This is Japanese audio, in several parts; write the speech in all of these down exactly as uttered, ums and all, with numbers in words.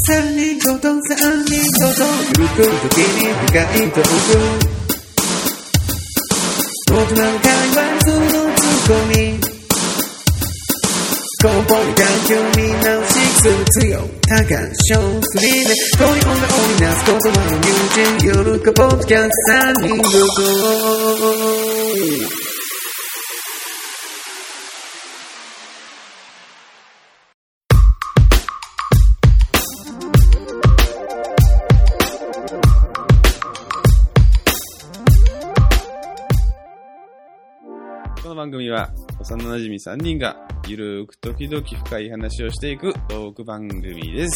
三人ごと三人ごとゆく時に深いトーク大人の会話そのツッコミ根本に環境見直しする強多感症フリーで恋女を織りなす言葉の友人夜かポッドキャスト三人ごとこの番組は幼馴染さんにんがゆるーく時々深い話をしていくトーク番組です。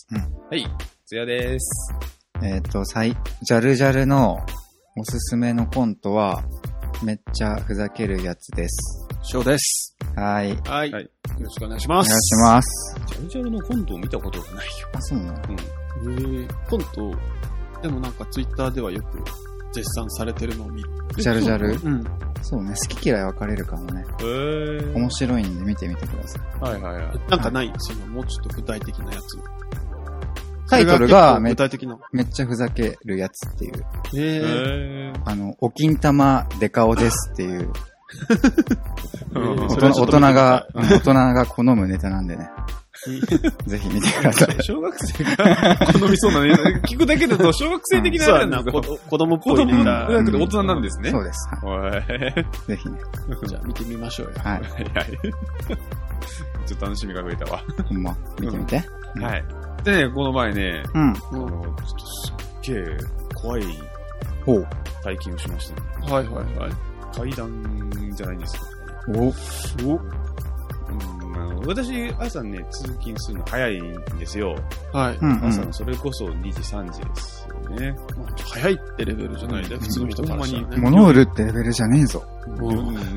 うん、はい、つやです。 えっ、ー、と、さい、ジャルジャルのおすすめのコントはめっちゃふざけるやつです。 ショーです。 はい。 はい。はい、よろしくお願いします。 お願いします。 ジャルジャルのコントを見たことがないよ。 あ、そうなの？ うん。えー、コント、でもなんかツイッターではよく絶賛されてるのを見る。 ジャルジャル？ うん。 そうね、好き嫌い分かれるかもね。 へー。 面白いんで見てみてください。 はいはいはい。 なんかない、はい、そのもうちょっと具体的なやつ。 タイトルがめ具体的なめっちゃふざけるやつっていう。 へー。 あの、お金玉デカオですっていう。大人が、大人が好むネタなんでね。ぜひ見てください。 小学生が好みそうなね。聞くだけだと小学生的なあれなんですけど、 子供っぽいネタ。 だけど大人なんですね。 そうです。 ぜひね。 じゃあ見てみましょうよ。 はい。 はい。ちょっと楽しみが増えたわ。 ほんま、見てみて。 はい。でね、この前ね、 うん。 あの、ちょっとすっげえ怖い体験をしましたね。 はいはいはい。 階段じゃないんですよ。 おおうん、あの私、朝ね、通勤するの早いんですよ。 はい。 朝のそれこそにじ、さんじですよね。 まあ、早いってレベルじゃないで、うん、普通の人からしたらね。 物売るってレベルじゃねえぞ。 うん、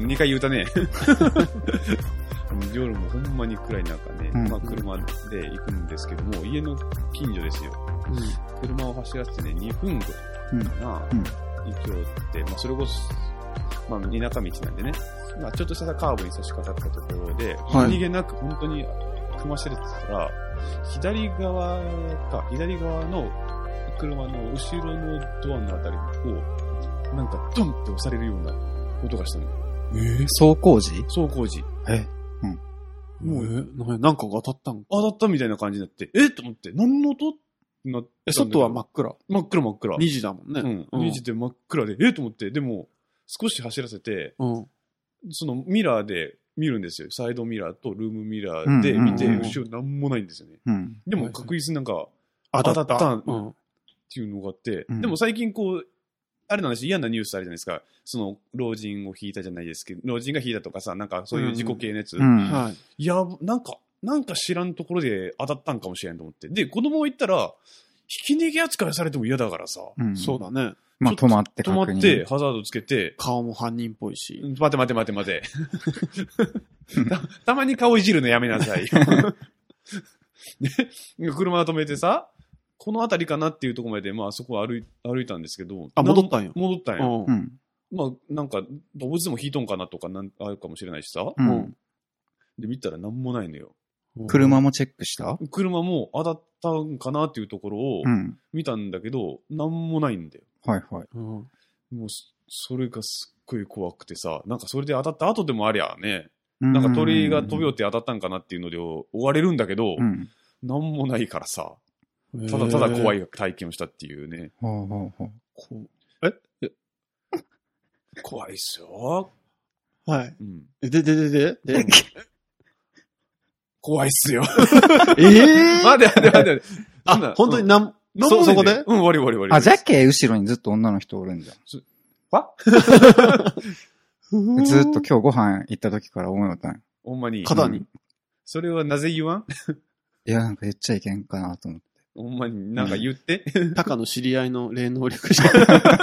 にかい言うたね。夜もほんまに暗い中ね、うん、まあ車で行くんですけども、家の近所ですよ。うん、車を走らせてね、にふんぐらいかな、うん、行きよって、まあそれこそ、まあ田舎道なんでね、まあちょっとしたカーブに差し掛かったところで、はい、逃げなく本当に組ましてたら、左側か、左側の車の後ろのドアのあたりを、なんかドンって押されるような音がしたの。 えー、走行時？ 走行時。 えうん。もう、え、なんかが当たったん当たったみたいな感じになって、えと思って、何の音なって。 外は真っ暗。 真っ暗真っ暗。 にじだもんね。 うん。にじで真っ暗で、えと思って、でも、少し走らせて、 うん、 そのミラーで見るんですよ。サイドミラーとルームミラーで見て、うんうんうん、後ろなんもないんですよね。 うん、 でも確実になんか、 当たった。 っていうのがあって、うん、でも最近こう、あれなんですよ、嫌なニュースあるじゃないですか。その、老人を引いたじゃないですけど、老人が引いたとかさ、なんかそういう自己系のやつ。 うんうん、 いや、なんか、なんか知らんところで当たったんかもしれんと思って。で、子供が言ったら、ひき逃げ扱いされても嫌だからさ。 うん、そうだね。 まあ、止まって確認。止まって、ハザードつけて。 顔も犯人っぽいし。 待て待て待て待て。た, たまに顔いじるのやめなさい。で、車止めてさ、この辺りかなっていうところまで、まあそこ歩い、歩いたんですけど。 あ、戻ったんよ。 戻ったんよ。 うん。 まあ、なんか、動物でも引いとんかなとかなんあるかもしれないしさ。 うん。 で、見たらなんもないのよ。 車もチェックした？ 車も当たったんかなっていうところを見たんだけど、うん、なんもないんだよ。 はいはい。 うん、もう、それがすっごい怖くてさ、なんかそれで当たった後でもありゃね、なんか鳥が飛び寄って当たったんかなっていうので追われるんだけど、うん、なんもないからさ、ただただ怖い体験をしたっていうね。 ほうほうほう。 こええ怖いっすよ。 はい。うん、で、で、で、で、で、 怖いっすよ。 えぇー、 待って待って待って。 あ、本当になん、そ、そこでうん、終わり終わり終わり。 あ、じゃっけ後ろにずっと女の人おるんじゃん。 はずっと今日ご飯行った時から思いよったんや。 ほんまに。 肩に、うん、 それはなぜ言わんいや、なんか言っちゃいけんかなと思って。 ほんまになんか言って。 タカの知り合いの霊能力者。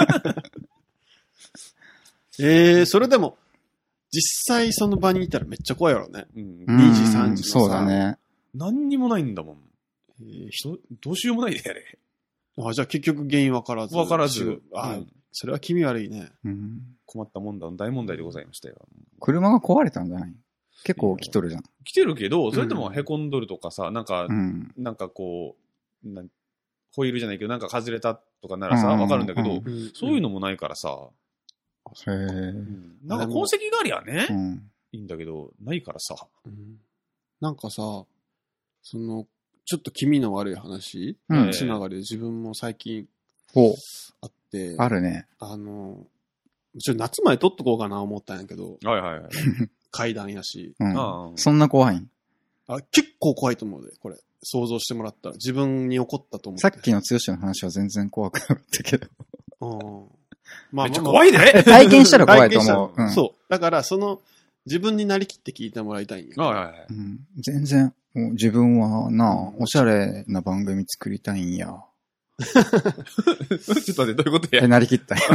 えー、それでも、実際その場にいたらめっちゃ怖いやろね。 うん、 にじ、さんじのさ。 そうだね。 何にもないんだもん。えー、ど, どうしようもないでやれ。 あ、じゃあ結局原因わからず。 わからず。 あ、うん、それは気味悪いね。 うん、 困ったもんだ、大問題でございましたよ。 車が壊れたんじゃない？結構来とるじゃん。 来てるけど、それでも凹んどるとかさ、なんか、 うん、 なんかこなんホイールじゃないけど、なんか外れたとかならさ、わかるんだけど、そういうのもないからさ、 へえ、 なんか痕跡がありゃね、 うん、 いいんだけど、ないからさ。 うん、なんかさ、その、ちょっと気味の悪い話、 うん、 つながりで自分も最近あって、 あるね。 あの、ちょっと夏まで撮っとこうかな思ったんやけど、 はいはいはい。 階段やし、 うん。そんな怖いん？ あ、結構怖いと思うで、これ。想像してもらったら。自分に起こったと思って。 さっきの剛の話は全然怖くなかったけど。 うん。まあ、 めっちゃ怖いね。 体験したら怖いと思う。 うん、そう。だから、その、自分になりきって聞いてもらいたいんや。 はいはいはい。 うん、全然、もう自分はな、おしゃれな番組作りたいんや。 ちょっと待って、どういうことや。 え、なりきったよ。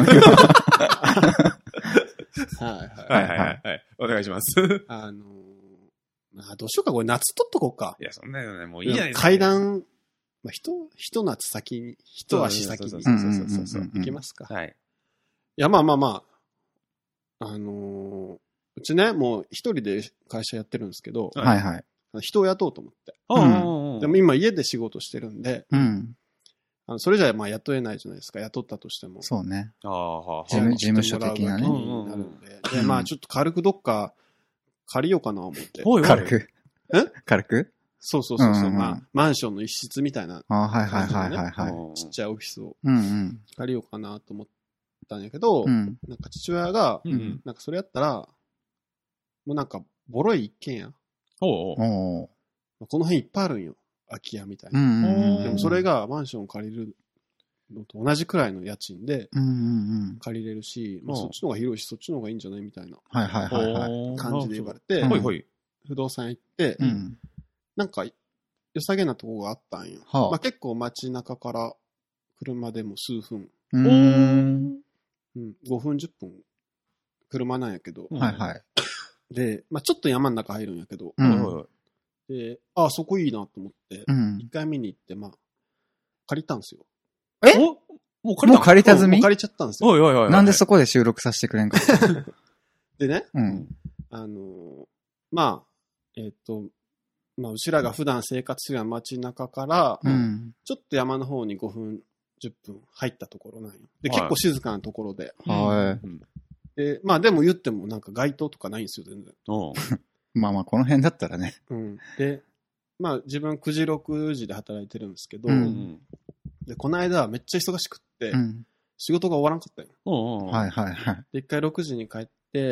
はいはい。 はいはいはい。お願いします。 あのー、あどうしようか、これ夏撮っとこうか。 いや、そんなよね、もういいじゃないですか。 階段、まあ、ひと、ひと夏先に、ひと足先に。 そうそうそうそう。 いきますか。 はい。 いや、まあまあまあ、あのー、うちね、もう一人で会社やってるんですけど、 はいはい。 人を雇おうと思って。 うん。 でも今家で仕事してるんで、 うん。 あのそれじゃまあ雇えないじゃないですか。雇ったとしても。 そうね。 ああ、はあ。 事務、事務所的なね。 になるんで。で、まあちょっと軽くどっか借りようかな思って。 軽く。 え軽くそうそうそうそう。まあ、マンションの一室みたいな。 ああ、はいはいはいはいはい。 ちっちゃいオフィスをうんうん。 借りようかなと思ったんやけど、 うん、 なんか父親が、 うん、 なんかそれやったら、もうなんかボロい一軒家。 おうおう。 この辺いっぱいあるんよ。空き家みたいな。 うんうんうん、 でもそれがマンションを借りるのと同じくらいの家賃で借りれるし、まあ、そっちの方が広いし、そっちの方がいいんじゃないみたいな感じで言われて、 はいはい、 不動産行って、うん、なんか良さげなとこがあったんよ。はあ、まあ、結構街中から車でも数分。 うーんうん、ごふんじゅっぷん車なんやけど。 はいはい。 で、まあ、ちょっと山の中入るんやけど、 うん、 で、ああ、そこいいなと思って、一、うん、回見に行って、まあ、借りたんですよ。 えもう借りたもう借りた済みもう借りちゃったんですよ。 おいおいおいおい。 なんでそこで収録させてくれんかったでね、 うん、 あのー、まあ、えっ、ー、と、まあ、うちらが普段生活するような街中から、うん、ちょっと山の方にごふん、じゅっぷん入ったところなんよ。で、はい、結構静かなところで。 はい。 で、まあでも言ってもなんか街灯とかないんですよ、全然。 まあまあ、この辺だったらね。 うん。で、まあ自分くじろくじで働いてるんですけど、うん、で、この間はめっちゃ忙しくって、うん、仕事が終わらんかったよ。 うん、はいはいはい。 で、一回ろくじに帰って、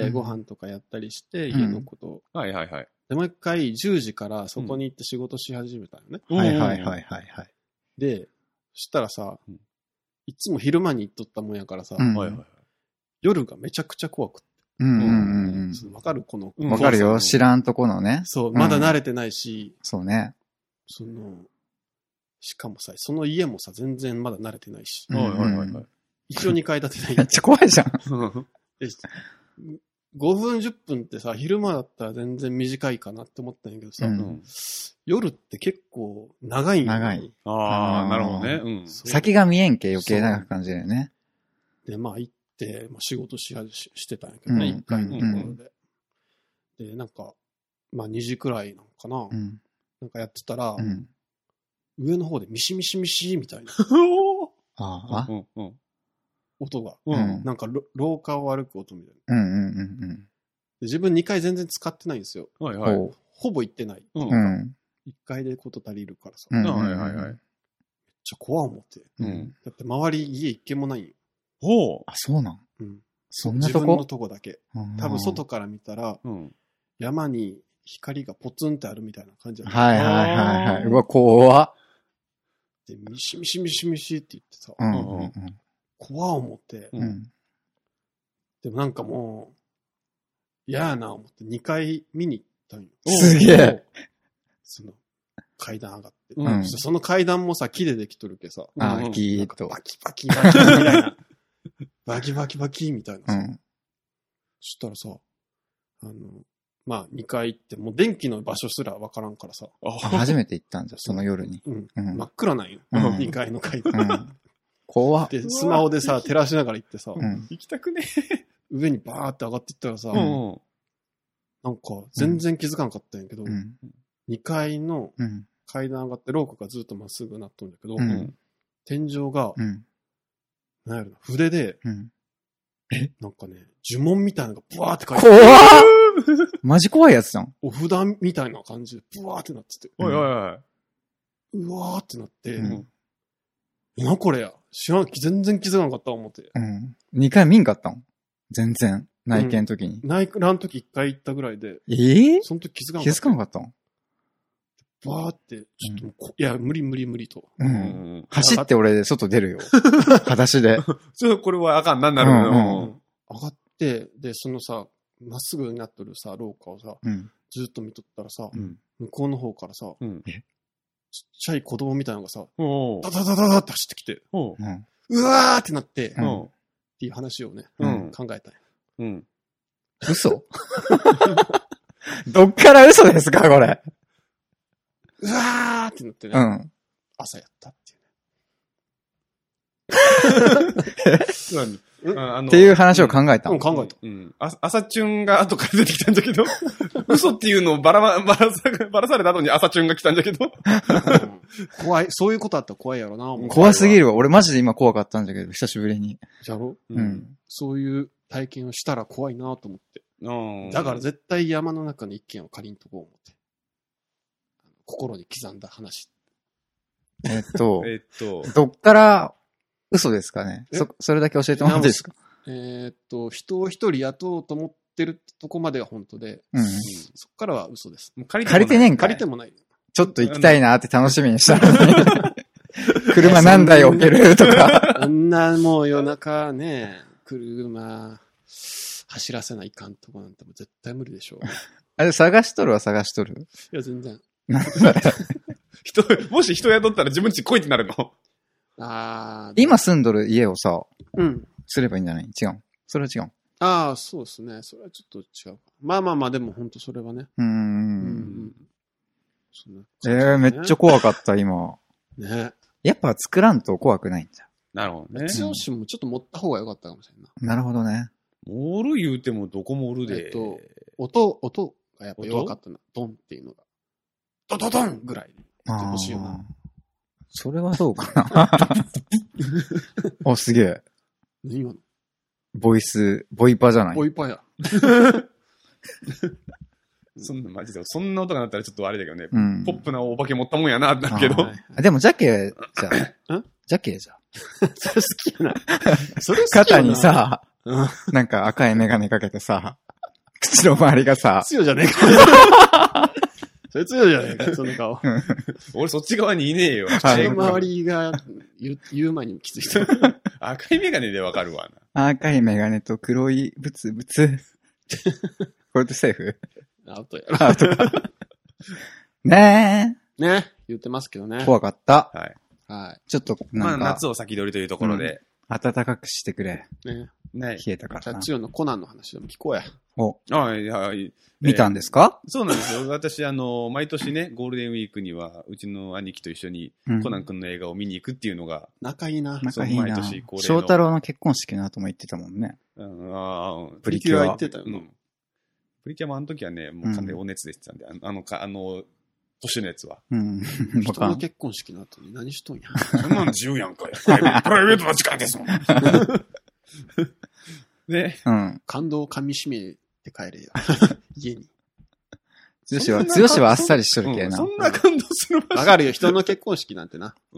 ご飯とかやったりして、うん、家のことを。 はいはいはい。 で、もう一回じゅうじからそこに行って仕事し始めたよね。 うん、はいはいはいはいはい。 で、そしたらさ、うん、いつも昼間に行っとったもんやからさ、 うん、 はいはいはい、夜がめちゃくちゃ怖くって。 うんうんうんうん。 わかるこの。 わかるよ。知らんとこのね。 そう、まだ慣れてないし。 うん、そうね。 その、しかもさ、その家もさ、全然まだ慣れてないし。 はいはいはいはい。 一応にかい建てない。 めっちゃ怖いじゃん。 ごふんじゅっぷんってさ、昼間だったら全然短いかなって思ったんやけどさ、うん、夜って結構長いんよ。 長い。 ああ、なるほどね。うん。 先が見えんけ余計長く感じるよね。 で、まあ行って、まあ、仕事しししてたんやけどね、一、うん、回のところで、うん。で、なんか、まあにじくらいなのかな。うん、なんかやってたら、うん、上の方でミシミシミシみたいな。 ああ、 うんうん、 音が、 うん。 なんか廊下を歩く音みたいな。 うんうんうんうん。 で自分にかい全然使ってないんですよ。 はいはい。 ほぼ行ってない。 うん。 いっかいでこと足りるからさ。 うん、 はいはいはい。めっちゃ怖思って。 うん。 だって周り家一軒もないんよ。 おう。 あ、そうなん？ うん。 そんなとこ？ 自分のとこだけ。多分外から見たら、うん、山に光がポツンってあるみたいな感じだった。 はいはいはいはい。うわ、怖っ。 で、ミシミシミシミシって言ってさ、 うんうんうん、 怖思って、 うん、 でもなんかもう、嫌やな思ってにかい見に行ったんよ。 すげえ。 その、階段上がって。 うん、 その階段もさ、木でできとるけさ、 あ、うん、ギーッと。 バキバキバキみたいな。バキバキバキみたいなさ。 うん、 そしたらさ、あの、まあ、にかい行って、もう電気の場所すらわからんからさ。 初めて行ったんじゃ、その夜に。 うん。うん、真っ暗なんよ。 うん、 にかいの階段。うん、 怖っ。 で、スマホでさ、照らしながら行ってさ、 うん、 行きたくね上にバーって上がっていったらさ、 うん、 なんか、全然気づかなかったんやけど、 うん、 にかいの階段上がって廊下がずっとまっすぐなっとんだけど、 うん、 天井が、 うん、 なんやろな、筆で、 うん、 えなんかね、呪文みたいなのがブワーって書いて怖っマジ怖いやつじゃん。 お札みたいな感じでブワーってなってて。 おいおいおい。 うわーってなって、 うん、 なこれや。知らん、全然気づかなかった思って。 うん。二回見んかったん全然。内見の時に。 うん、内見の時一回行ったぐらいで。 えぇ、ー、 その時気づかなかった。 気づかなかったんバーって、ちょっと、うん、いや、無理無理無理と。 うん。走って俺外出るよ。裸足で。 ちょっとこれはあかんなんなるの、うんうん、 上がって、で、そのさ、まっすぐになってるさ、廊下をさ、うん、ずっと見とったらさ、うん、向こうの方からさ、うん、ちっちゃい子供みたいなのがさ、ダダダダダって走ってきて、うん、うわーってなって、うん、っていう話をね、うん、考えたよ。 うん。嘘どっから嘘ですかこれ。 うわーってなってね、うん、朝やったっていうね。 っていう話を考えた。 うん、考えた。 うん。あ、朝チュンが後から出てきたんだけど、嘘っていうのをばらま、ばらさ、ばらされた後に朝チュンが来たんだけど。 うん、怖い。そういうことあったら怖いやろな。 怖, 怖すぎるわ。俺マジで今怖かったんだけど、久しぶりに。 じゃろ、うん、うん。そういう体験をしたら怖いなと思って。うん、だから絶対山の中の一軒を借りんとこう思って。心に刻んだ話。 えっと、 えっと、 どっから嘘ですかね。そ、それだけ教えてもらっていいですか。 えー、っと、人を一人雇おうと思ってるとこまでは本当で、うん、そっからは嘘です。 もう借りて借りてねえんかい。 借りてもない。 ちょっと行きたいなって楽しみにしたのに。車何台置けるとか。 そんなもう夜中ね、車走らせないかんとこなんて絶対無理でしょう。 あれ探しとるは探しとる？ いや全然。 人、もし人雇ったら自分ち来いってなるの？ あ今住んどる家をさ、 うん。 すればいいんじゃない？違う。それは違う。 ああ、そうですね。それはちょっと違う。まあまあまあ、でも本当それはね。 うーん。うんそんなね、えー、めっちゃ怖かった、今。 ね。 やっぱ作らんと怖くないんだ。 なるほどね。 強しもちょっと持った方が良かったかもしれんな。 なるほどね。 おる言うてもどこもおるで。えっと、 音、音がやっぱ弱かったな。ドンっていうのが。ドドドンぐらいで欲しいよな。 それはそうかな。お、すげえ。 何今のボイス、ボイパじゃない？ ボイパや。 そんな、マジで、そんな音が鳴ったらちょっとあれだけどね。うん、ポップなお化け持ったもんやな、だけど。 でも、ジャケ、じゃんジャケじゃん。 それ好きやな。 それ好きやな。肩にさ、なんか赤いメガネかけてさ、口の周りがさ。 強じゃねえか。それ強いじゃないか、その顔。 俺そっち側にいねえよ。 口の周りが言う、言う前に気づいた。 赤いメガネでわかるわな。赤いメガネと黒いブツブツ。これでセーフ？ アウトやろ。アウトか。 ねえ。ね言ってますけどね。 怖かった。 はい。 はい。 ちょっとなんか。 まあ夏を先取りというところで。 うん、暖かくしてくれ。 ねね冷えたからな。 じゃあ、強のコナンの話でも聞こうや。 お。 あいやい見たんですか？ えー、そうなんですよ。私、あの、毎年ね、ゴールデンウィークには、うちの兄貴と一緒に、コナン君の映画を見に行くっていうのが、 仲いいな。 仲いいな。 毎年恒例の。 翔太郎の結婚式の後も言ってたもんね。 うん、ああ、 プリキュア言ってたよ、ね。うん。 プリキュアもあの時はね、もう完全にお熱でしてたんで、うん、あの、あの、年のやつは。 うん。 人の結婚式の後に何しとんや。 そんなの自由やんかや。プライベートな時間ですもん。ね。 うん。 感動を噛み締めて帰れよ。家に。 つよしは、つよしはあっさりしとるけな。 そんな感動する場所。 わかるよ、人の結婚式なんてな。 うん。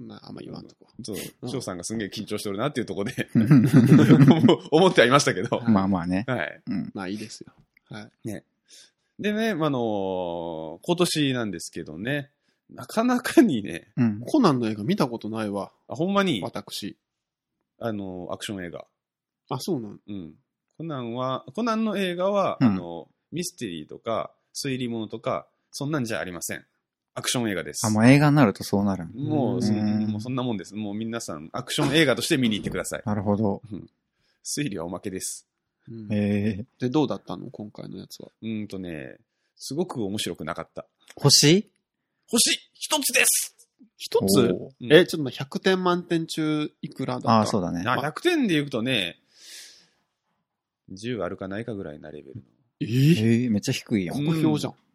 まあ、あんま言わんとこ。 そう。翔さんがすんげえ緊張してるなっていうところで、思ってはいましたけど。 まあまあね。 はい。 うん。まあいいですよ。はい。 ね。でね、あの今年なんですけどね、なかなかにね、 うん、 コナンの映画見たことないわ。 あ、ほんまに私。 あの、アクション映画。 あ、そうなん。 うん。コナンは、コナンの映画は、うん、あの、ミステリーとか、推理物とか、そんなんじゃありません。アクション映画です。 あ、もう映画になるとそうなる。 もう、そもうそんなもんです。もう皆さん、アクション映画として見に行ってください。 なるほど。 うん、推理はおまけです。 うん、えー、で、どうだったの今回のやつは。 うんとね、すごく面白くなかった。 星星一つです一つ、うん、え、ちょっとひゃくてん満点中いくらだった？ ああ、そうだね。 あ、ひゃくてんで言うとね、じゅうあるかないかぐらいなレベルの。 えー、 えー、めっちゃ低いやん。 国評じゃん。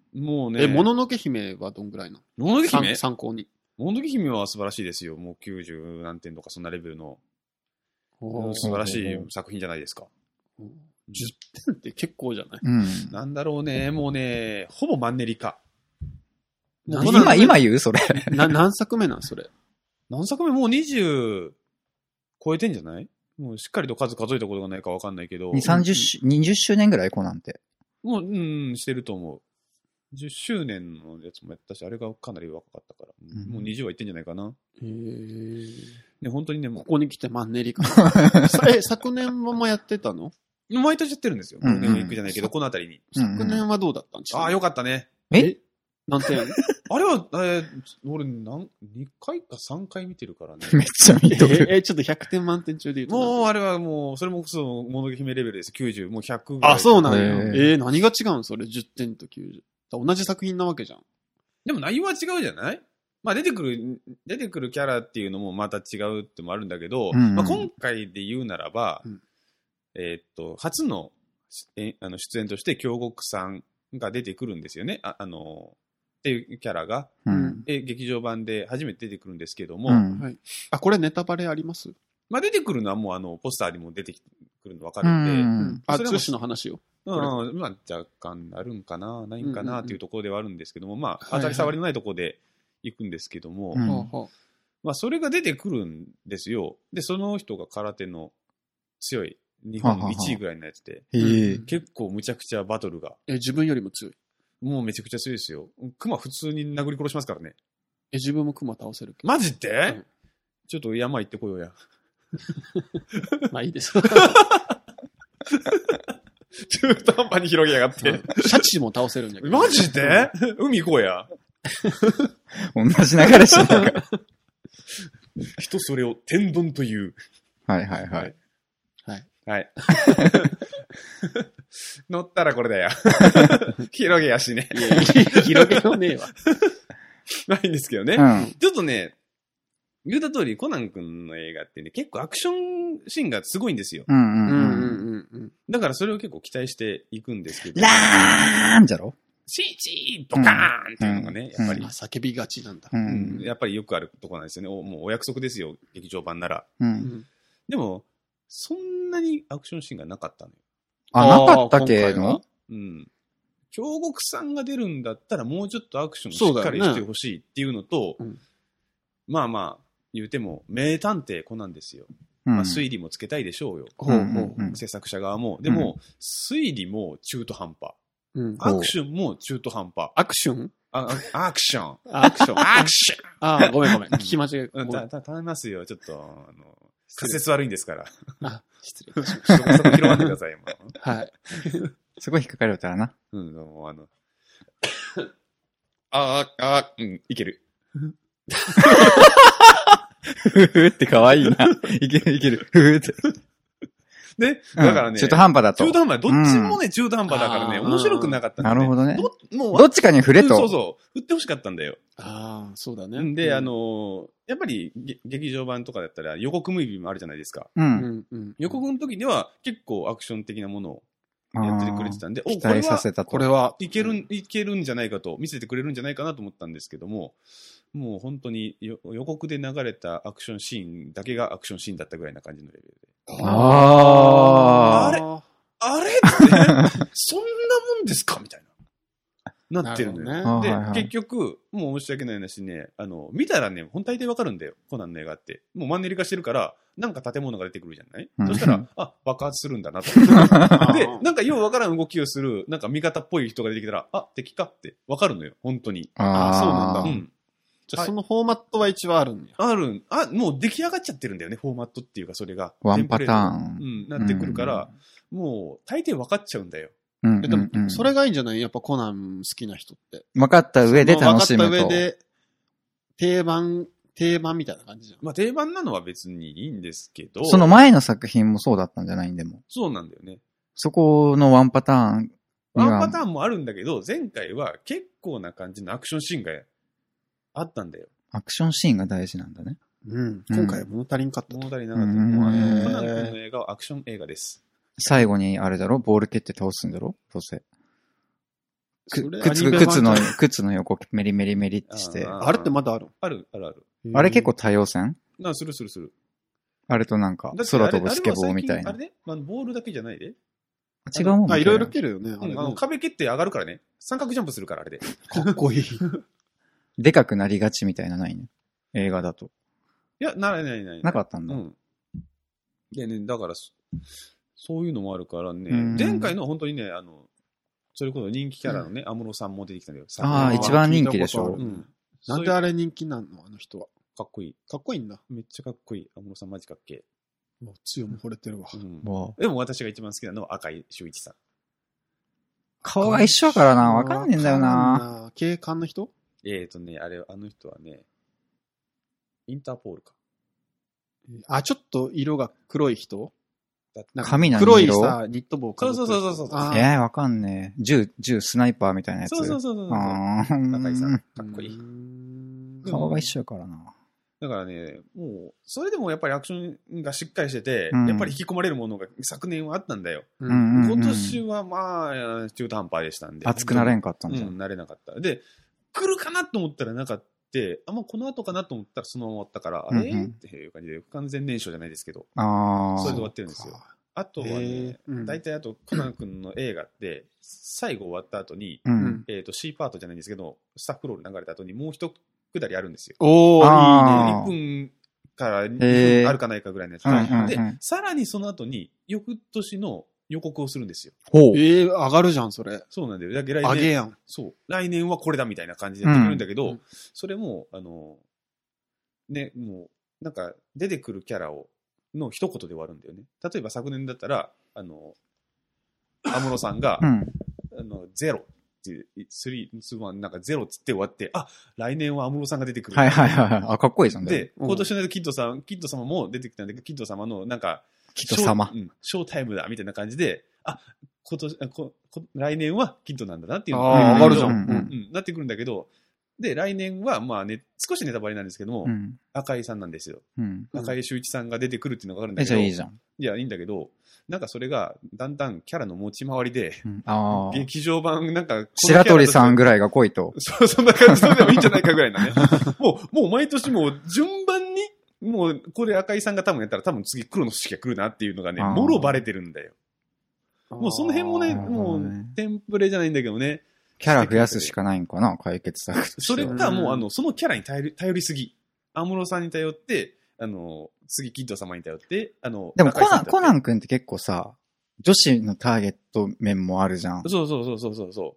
もうね。 え、もののけ姫はどんぐらいなの？ もののけ姫参考に。 もののけ姫は素晴らしいですよ。もうきゅうじゅう何点とかそんなレベルの素晴らしい作品じゃないですか。 じゅってんって結構じゃない？ うん。 なんだろうね、もうね、ほぼマンネリ化。 今、今言うそれ。 な、何作目なんそれ。 何作目もうにじゅう超えてんじゃない？もうしっかりと数数えたことがないかわかんないけど。 にじゅう、さんじゅう、にじゅっしゅうねんぐらいコナンって。 もう、うん、してると思う。じゅっしゅうねんのやつもやったし、あれがかなり若かったから、うん、もうにじゅうはいってんじゃないかな。 へー。 ね、本当にね、もう。 ここに来てマンネリ化。え、昨年もやってたの？ 毎年やってるんですよ。ゴールデンウィークじゃないけど、このあたりに。 昨年はどうだったんですか？ ああ、よかったね。 え何点？ あれは、えー、俺、なん、にかいかさんかい見てるからね。 めっちゃ見とる。 え、ちょっとひゃくてん満点中で言うと。 もう、あれはもう、それもその、もののけ姫レベルです。きゅうじゅう、もうひゃくぐらい。 あ、そうなんや。えー、何が違うんそれ、じゅってんときゅうじゅう。同じ作品なわけじゃん。 でも内容は違うじゃない？まあ出てくる、出てくるキャラっていうのもまた違うってもあるんだけど、うんうん、まあ今回で言うならば、うん、えー、っと、初の、えあの出演として京極さんが出てくるんですよね。あ、あの、っていうキャラが、うん、え劇場版で初めて出てくるんですけども、うんはい、あ、これネタバレあります？ まあ出てくるのはもうあの、ポスターにも出てくるの分かるんで、うんうん、 あ、通信の話を。 うん、まあ若干あるんかな、ないんかなっていうところではあるんですけども、うんうんうん、まあ当たり障りのないところで行くんですけども、はいはい、まあそれが出てくるんですよ。で、その人が空手の強い日本いちいぐらいのやつで、ははは結構むちゃくちゃバトルが。 え、自分よりも強い？ もうめちゃくちゃ強いですよ。熊普通に殴り殺しますからね。 え、自分も熊倒せるけど。 マジで、うん、ちょっと山行ってこようや。 まあいいです。 中途半端に広げやがって。 シャチも倒せるんだけど。 マジで海行こうや。 同じ流れしながら。 人それを天丼という。 はいはいはい。 はい。 はい。乗ったらこれだよ。広げやしね。 いや、広げよねえわ。 ないんですけどね。うん、ちょっとね、言うた通り、コナン君の映画ってね、結構アクションシーンがすごいんですよ。 うんうんうんうん。だからそれを結構期待していくんですけど。 ラーンじゃろ？ シーチードカーンっていうのがね、うん、やっぱり、うん。 叫びがちなんだ、 うん。やっぱりよくあるところなんですよね。おもうお約束ですよ、劇場版なら。 うん。 でも、そんなにアクションシーンがなかったのよ。 あ、なかったけど。 うん。京極さんが出るんだったらもうちょっとアクションしっかりしてほしいっていうのと、ねうん、まあまあ、言うても、名探偵コナンですよ。うん、まあ、推理もつけたいでしょうよ。 うんうん、 制作者側も。でも、うん、推理も中途半端、うん。アクションも中途半端。 アクションあアクション。 アクション。 アクション。 あ、ごめんごめん。聞き間違えた。 た、た、頼みますよ。ちょっと、あの、仮説悪いんですから。 あ、失礼しました。 そこ、そこ広がってください、今。 はい。 すごい引っかかるからな。 うん、もうあの、ああ、ああ、うん、いける。 ふふって可愛いな。いけるいける。ふふって。 ね。だからね、うん。 中途半端だと。 中途半端。どっちもね、うん、中途半端だからね、面白くなかったんだ、 ね。なるほどね。 ど、もうどっちかに触れと。 そうそう。振ってほしかったんだよ。 ああ、そうだね。 で、うん、あの、やっぱり、劇場版とかだったら予告ムービーもあるじゃないですか。 うん。 うん、予告の時には結構アクション的なものをやってくれてたんで、 期待させたと。 これはいける、いけるんじゃないかと、見せてくれるんじゃないかなと思ったんですけども、もう本当に予告で流れたアクションシーンだけがアクションシーンだったぐらいな感じのレベルで。 ああ。あれあれってそんなもんですかみたいな。なってるのよ。ね、で、はいはい、結局、もう申し訳ない話ね、あの、見たらね、本体でわかるんだよ。コナンの映画って。もうマンネリ化してるから、なんか建物が出てくるじゃない、うん、そしたら、あ、爆発するんだなと。で、なんかようわからん動きをする、なんか味方っぽい人が出てきたら、あ、敵かってわかるのよ。本当に。 ああ、 そうなんだ。 うん。 じゃあ、そのフォーマットは一応あるんや。 ある。あ、もう出来上がっちゃってるんだよね、フォーマットっていうか、それが。 ワンパターン。 うん、なってくるから、うん、もう、大抵分かっちゃうんだよ。 うんうんうん、 でも、それがいいんじゃないやっぱコナン好きな人って。 分かった上で楽しむと。 分かった上で、定番、定番みたいな感じじゃん。 まあ定番なのは別にいいんですけど。 その前の作品もそうだったんじゃないんでも。 そうなんだよね。 そこのワンパターン。 ワンパターンもあるんだけど、前回は結構な感じのアクションシーンがあったんだよ。 アクションシーンが大事なんだね。 うん。今回は物足りんかった。 物足りなかった。もうね、コナン君の映画はアクション映画です。 最後にあれだろボール蹴って倒すんだろどうせ。 く靴、靴の、靴の横メリメリメリってして。 あれってまだあるある、あるある。 あれ結構多様性あ、するするする。 あれとなんか、空飛ぶスケボーみたいな。 あれね、あのボールだけじゃないで。 違うもんあ、いろいろ蹴るよね。 あの壁蹴って上がるからね。三角ジャンプするから、あれで。 かっこいい。 でかくなりがちみたいなないね。映画だと。 いや、ならないない。 なかったんだ。 うん。でね、だから、そういうのもあるからね。前回の本当にね、あの、それこそ人気キャラのね、安室さんも出てきたんだよ。 ああ、一番人気でしょ。 うん。なんであれ人気なのあの人は。 かっこいい。 かっこいいんだ。 めっちゃかっこいい。安室さんマジかっけえ。 もう、つよも惚れてるわ。うん、 でも私が一番好きなのは赤井秀一さん。 顔が一緒からな、わかんねえんだよな。 警官の人えーとね、あれ、あの人はね、インターポールか。 あ、ちょっと色が黒い人髪何色黒いさ、ニット帽そうそうそうそうそう。 えー、わかんねえ。銃、銃、スナイパーみたいなやつ。 そうそうそうそう。 あー。 赤井さん、かっこいい。 顔が一緒やからな。 だからね、もう、それでもやっぱりアクションがしっかりしてて、うん、やっぱり引き込まれるものが昨年はあったんだよ。うん、今年はまあ、中途半端でしたんで。 熱くなれんかったんじゃん。 うん、なれなかった。で、来るかなと思ったらなかった。あ、もうこの後かなと思ったらそのまま終わったから、うんうん、あれっていう感じで、不完全燃焼じゃないですけど、 あそれで終わってるんですよ。あとはね、大体、うん、あと、コナン君の映画って、最後終わった後に、うん、えっ、ー、と、C パートじゃないんですけど、スタッフロール流れた後にもう一くだりあるんですよ。 おー、 いいね。いっぷんからにふんあるかないかぐらいのやつ。 えー、 で、さらにその後に、翌年の予告をするんですよ。 ほう。えー、上がるじゃん、それ。 そうなんだよ。だけど来年。 上げやん。 そう。来年はこれだみたいな感じでやってくるんだけど、うん、それも、あの、ね、もう、なんか、出てくるキャラを、の一言で終わるんだよね。例えば昨年だったら、あの、安室さんが、うん、あの、ゼロっていう、スリー、ツー、ワン、なんかゼロっつって終わって、あ、来年は安室さんが出てくる。 はいはいはい。あ、かっこいいじゃんね。 で、今年のキッドさん、キッド様も出てきたんだけど、キッド様の、なんか、 キッド様。 うん、ショータイムだ、みたいな感じで、あ、今年、ここ来年はキッドなんだなっていうのが、ああ、上がるじゃん。 うん、うん。なってくるんだけど、で、来年は、まあね、少しネタバレなんですけども、うん、赤井さんなんですよ。うん、赤井秀一さんが出てくるっていうのがあるんだけど。 え、じゃあいいじゃん。 いや、いいんだけど、なんかそれが、だんだんキャラの持ち回りで、 うん、あ劇場版、なんか、 白鳥さんぐらいが来いと。 そう、そんな感じでもいいんじゃないかぐらいなね。もう、もう毎年もう順番に、もう、これ赤井さんが多分やったら多分次黒の式が来るなっていうのがね、もろバレてるんだよ。もうその辺もね、もう、テンプレじゃないんだけどね。 キャラ増やすしかないんかな、解決策として。 それか、もう、あの、そのキャラに頼り、頼りすぎ。安室さんに頼って、あの、次、キッド様に頼って、あの、 でもコナン、コナン君って結構さ、女子のターゲット面もあるじゃん。 そうそうそうそうそう。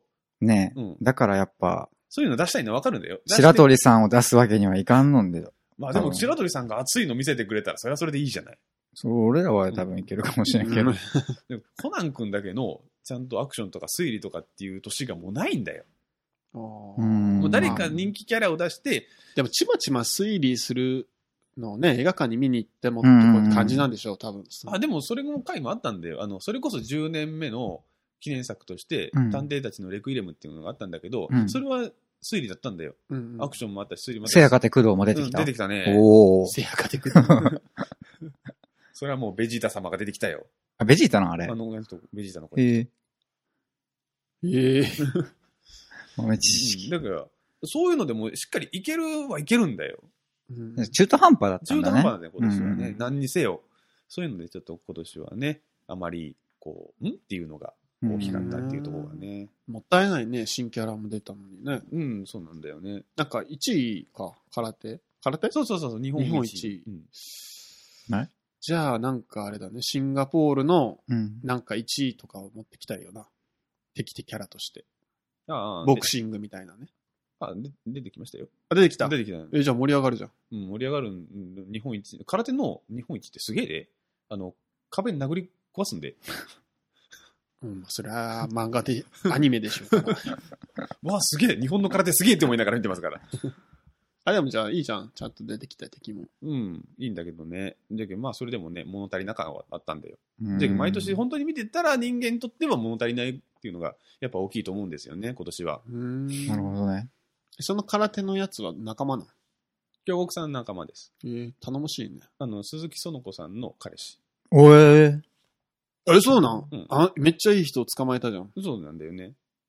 ねえ、うん。だからやっぱ、 そういうの出したいのはわかるんだよ。 白鳥さんを出すわけにはいかんのんだよ。 まあでも、白鳥さんが熱いの見せてくれたら、それはそれでいいじゃない。 そう、俺らは多分いけるかもしれんけど。うん、 でもコナン君だけの、ちゃんとアクションとか推理とかっていう年がもうないんだよ。 あもう誰か人気キャラを出して、 でもちまちま推理するのをね、映画館に見に行ってもって感じなんでしょう、多分。 あ、でもそれも回もあったんだよ。あの、それこそじゅうねんめの記念作として、うん、探偵たちのレクイレムっていうのがあったんだけど、うん、それは推理だったんだよ。うんうん、アクションもあったし、推理もあったし。 せやかて工藤も出てきた。 うん、出てきたね。 おー。 せやかて工藤。 それはもうベジータ様が出てきたよ。 あ、ベジータなあれ。 あの、ベジータの声。 ええー。えー。 豆知識。 だから、そういうのでもしっかりいけるはいけるんだよ。 うん、中途半端だったんだね。 中途半端だね、今年はね。うん、何にせよ。そういうのでちょっと今年はね、あまり、こう、んっていうのが大きかったっていうところがね。 もったいないね、新キャラも出たのにね。 うん、そうなんだよね。 なんかいちいか、空手空手そうそうそう、日本一。 日本一。 うん、 ね、 じゃあなんかあれだね、シンガポールのなんかいちいとかを持ってきたいよな。敵的キャラとして。 ああ、 ボクシングみたいなね。 あ、で出てきましたよ。 あ、出てきた。 出てきた。 え、じゃあ盛り上がるじゃん。 うん、盛り上がる日本一。空手の日本一ってすげえで。あの、壁に殴り壊すんで。 うん、それは漫画で、アニメでしょうから。 わあ、すげえ。日本の空手すげえって思いながら見てますから。 あ、でもじゃあいいじゃん。ちゃんと出てきた敵も。 うん、いいんだけどね。だけどまあそれでもね、物足りな感はあったんだよ。で、毎年本当に見てたら人間にとっては物足りないっていうのがやっぱ大きいと思うんですよね、今年は。 うん、なるほどね。 その空手のやつは仲間なの？ 京極さん仲間です。 えー、頼もしいね。 あの、鈴木園子さんの彼氏。 おえー。 あれ、そうなん、うん、あ、めっちゃいい人を捕まえたじゃん。 そうなんだよね。うん。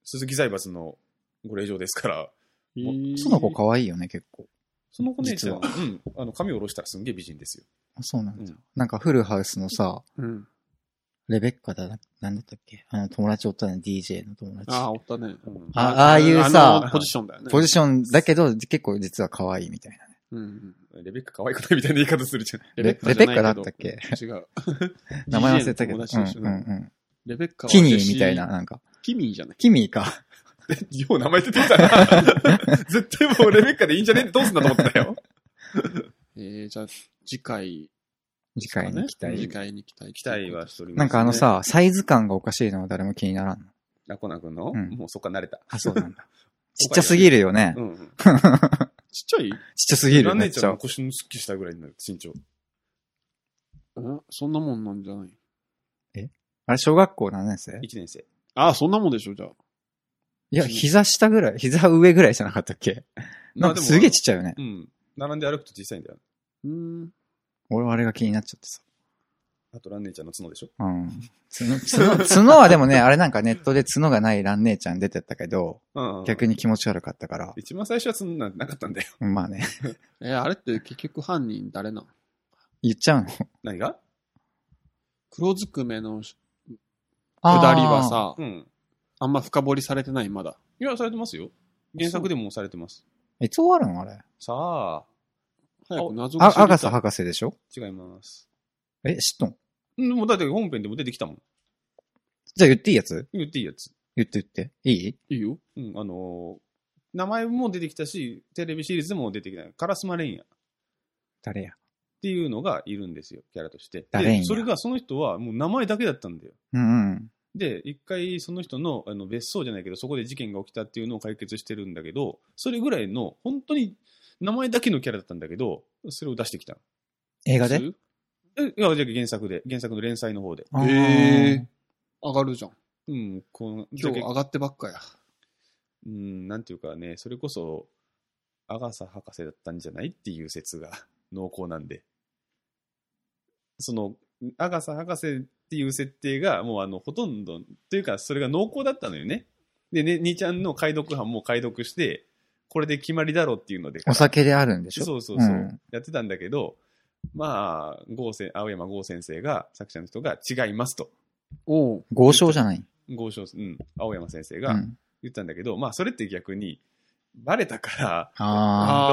鈴木財閥のご令嬢ですから。 その子可愛いよね、結構。 その子姉ちゃん、うん。あの、髪を下ろしたらすんげえ美人ですよ。 あ、そうなんだ。うん、なんかフルハウスのさ、うん、レベッカだ、なんだったっけあの、友達おったね、ディージェー の友達。 ああ、おったね。 うん、あ, ああいうさ、 ポジションだよね。 ポジションだけど、結構実は可愛いみたいなね。 うん、レベッカ可愛くないみたいな言い方するじゃん。 レベッカレベッカだったっけ違う。 名前忘れたけど。 うんうんうん。レベッカはキニーみたいな、なんか。 キミーじゃないキミーか。 よう名前出てたな。絶対もうレベッカでいいんじゃねってどうすんだと思ったよ。 えー、じゃあ、次回。 次回に期待。 次回に期待。 期待はしております、ね。 なんかあのさ、サイズ感がおかしいのは誰も気にならんの。 ラコナ君の、うん、もうそっから慣れた。 あ、そうなんだ。ちっちゃすぎるよね。 うん、うん。ちっちゃいちっちゃすぎるよね。 ランネちゃんの腰のすっきりしたぐらいになる、身長。 えそんなもんなんじゃないえあれ、小学校何年生 ? いち 年生。 ああ、そんなもんでしょ、じゃあ。 いや、膝下ぐらい、膝上ぐらいじゃなかったっけなんかすげえちっちゃいよね。 うん。並んで歩くと小さいんだよ。 うん。 俺はあれが気になっちゃってさ。 あとラン姉ちゃんの角でしょ。 うん。角、角、角はでもね、あれなんかネットで角がないラン姉ちゃん出てったけど、うんうん、逆に気持ち悪かったから。 一番最初は角なんてなかったんだよ。 まあね。 え、あれって結局犯人誰なの？ 言っちゃうの？ 何が？ 黒ずくめの下りはさ、うん、あんま深掘りされてないまだ。 いや、されてますよ。原作でもされてます。 いつ終わるのあれ。 さあ。 早く謎が知りたい。 あ、アガサ博士でしょ？ 違います。 え、知っとん？ うん、もうだって本編でも出てきたもん。 じゃあ言っていいやつ？ 言っていいやつ。 言って言って。いい？ いいよ。うん、あのー、名前も出てきたし、テレビシリーズでも出てきた。カラスマレンヤ。 誰や？ っていうのがいるんですよ、キャラとして。 誰や？ で、それがその人はもう名前だけだったんだよ。 うんうん。 で、一回その人のあの別荘じゃないけど、そこで事件が起きたっていうのを解決してるんだけど、それぐらいの、本当に名前だけのキャラだったんだけど、それを出してきた。 映画で？ え、いや、じゃあ原作で、原作の連載の方で。 へえ。上がるじゃん。 うん、この今日上がってばっかや。 うん、なんていうかね、それこそ、アガサ博士だったんじゃないっていう説が濃厚なんで。その、アガサ博士っていう設定が、もうあの、ほとんど、というか、それが濃厚だったのよね。でね、兄ちゃんの解読班も解読して、これで決まりだろうっていうので。 お酒であるんでしょ？ そうそうそう、うん。やってたんだけど、まあ、郷せ青山剛先生が、作者の人が違いますと。 お豪商じゃない？ 豪商、うん。青山先生が言ったんだけど、うん、まあ、それって逆に、バレたから、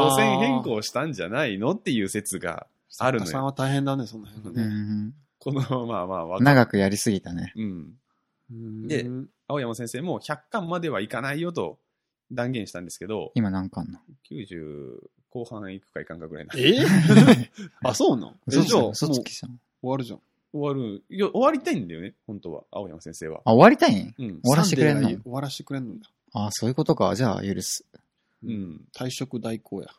路線変更したんじゃないのっていう説があるのよ。 さんは大変だね、その辺がね。うん、 この、まあまあ、 長くやりすぎたね。 うん。うんで、青山先生もひゃっかんまではいかないよと断言したんですけど、 今何巻なの？ きゅうじゅう後半いくかいかんかぐらいな。 えー、あ、そうなの？ え、じゃあ、嘘つきじゃん。 終わるじゃん。 終わる。いや、終わりたいんだよね、本当は、青山先生は。 あ、終わりたいん？ うん。 終わらせてくれんの？ 終わらせてくれんのだ。 あ、そういうことか。じゃあ、許す。 うん。 退職代行や。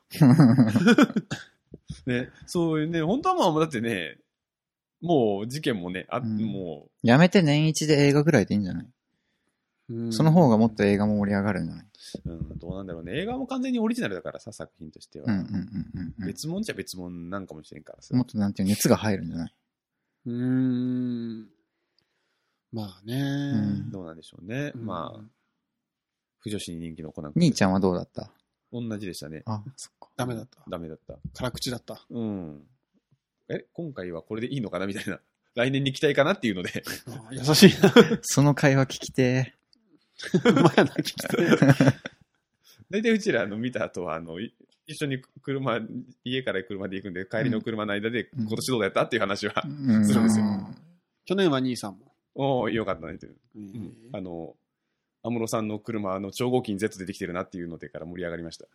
ね、そういうね、本当はまあ、だってね、もう事件もね、あ、うん、もう。 やめて年一で映画ぐらいでいいんじゃない？うん、その方がもっと映画も盛り上がるんじゃない？ うん、どうなんだろうね。映画も完全にオリジナルだからさ、作品としては。 うんうんうんうん、 別物じゃ別物なんかもしれんからさ。 もっとなんていう熱が入るんじゃない？ うーん。まあね、うん、 どうなんでしょうね。うん、まあ、不女子に人気の子なんか。 兄ちゃんはどうだった？ 同じでしたね。 あ、そっか。 ダメだった。 ダメだった。 辛口だった。 うん。え、今回はこれでいいのかなみたいな。来年に期待かなっていうので。 優しいな。 その会話聞きてー。うまやな、聞きてー。 大体うちらあの見た後は、あの、一緒に車、家から車で行くんで、帰りの車の間で、今年どうだったっていう話は、うん、するんですよ。 去年は兄さんも。 おー、よかったねという。うん、あの、安室さんの車、あの、超合金 Z でできてるなっていうのでから盛り上がりました。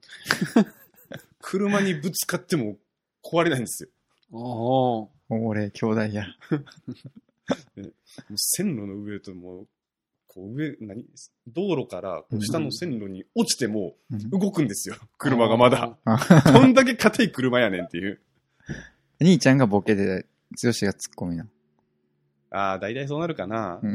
車にぶつかっても壊れないんですよ。 ああ。 俺、兄弟や。 線路の上ともう、こう上、何道路から下の線路に落ちても動くんですよ。うん、車がまだ。どんだけ硬い車やねんっていう。 兄ちゃんがボケで、剛がツッコミな。 ああ、だいたいそうなるかな。うん、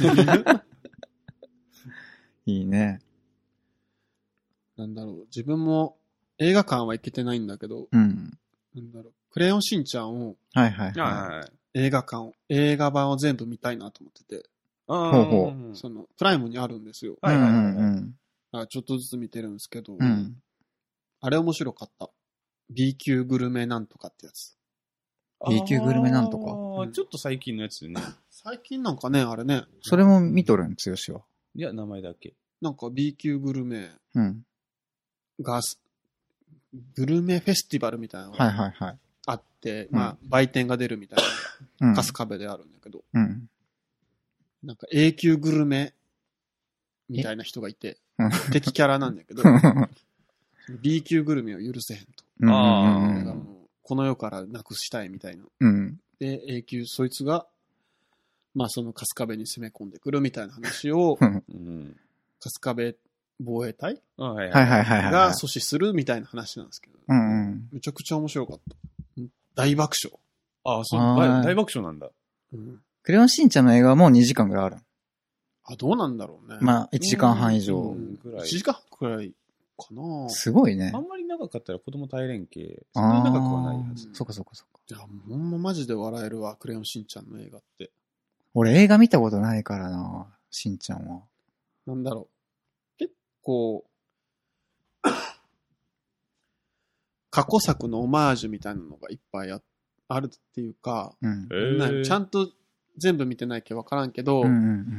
いいね。 なんだろう。自分も映画館は行けてないんだけど、 うん、 なんだろう。クレヨンしんちゃんを、 はいはいはい。 映画館を、映画版を全部見たいなと思ってて。 あほうほう。 その、プライムにあるんですよ。 はいはいはいはい。 あちょっとずつ見てるんですけど、 うん、 あれ面白かった。B 級グルメなんとかってやつ。 B 級グルメなんとか。 あちょっと最近のやつね。 最近なんかね、あれね。 それも見とるん、剛は。 いや、名前だけ。 なんか B 級グルメうん。 が、グルメフェスティバルみたいなのはいがはいはい。 あって、まあ、売店が出るみたいな、春日部であるんだけど、 うん。 なんか A 級グルメみたいな人がいて、敵キャラなんだけど、B 級グルメを許せへんと。 ああ。この世からなくしたいみたいな。 うん。 で、A 級、そいつが、まあその春日部に攻め込んでくるみたいな話を、 うん、 春日部防衛隊はいはいはいはい。 が阻止するみたいな話なんですけど、 うんうん、 めちゃくちゃ面白かった。大爆笑。 ああ、そう、大爆笑なんだ。 うん、クレヨンしんちゃんの映画はもうにじかんぐらいある。 あ、どうなんだろうね。 まあいちじかんはん以上。 ぐらい。 いちじかんはんくらいかな。 すごいね。 あんまり長かったら子供大連系。そんなに長くはないはず。 そっかそっかそっか。 いや、ほんまマジで笑えるわ、クレヨンしんちゃんの映画って。 俺映画見たことないからな、しんちゃんは。 なんだろう。結構、過去作のオマージュみたいなのがいっぱい あ, あるっていうか、 うん、 ちゃんと全部見てないけど分からんけど、 うんうんうん、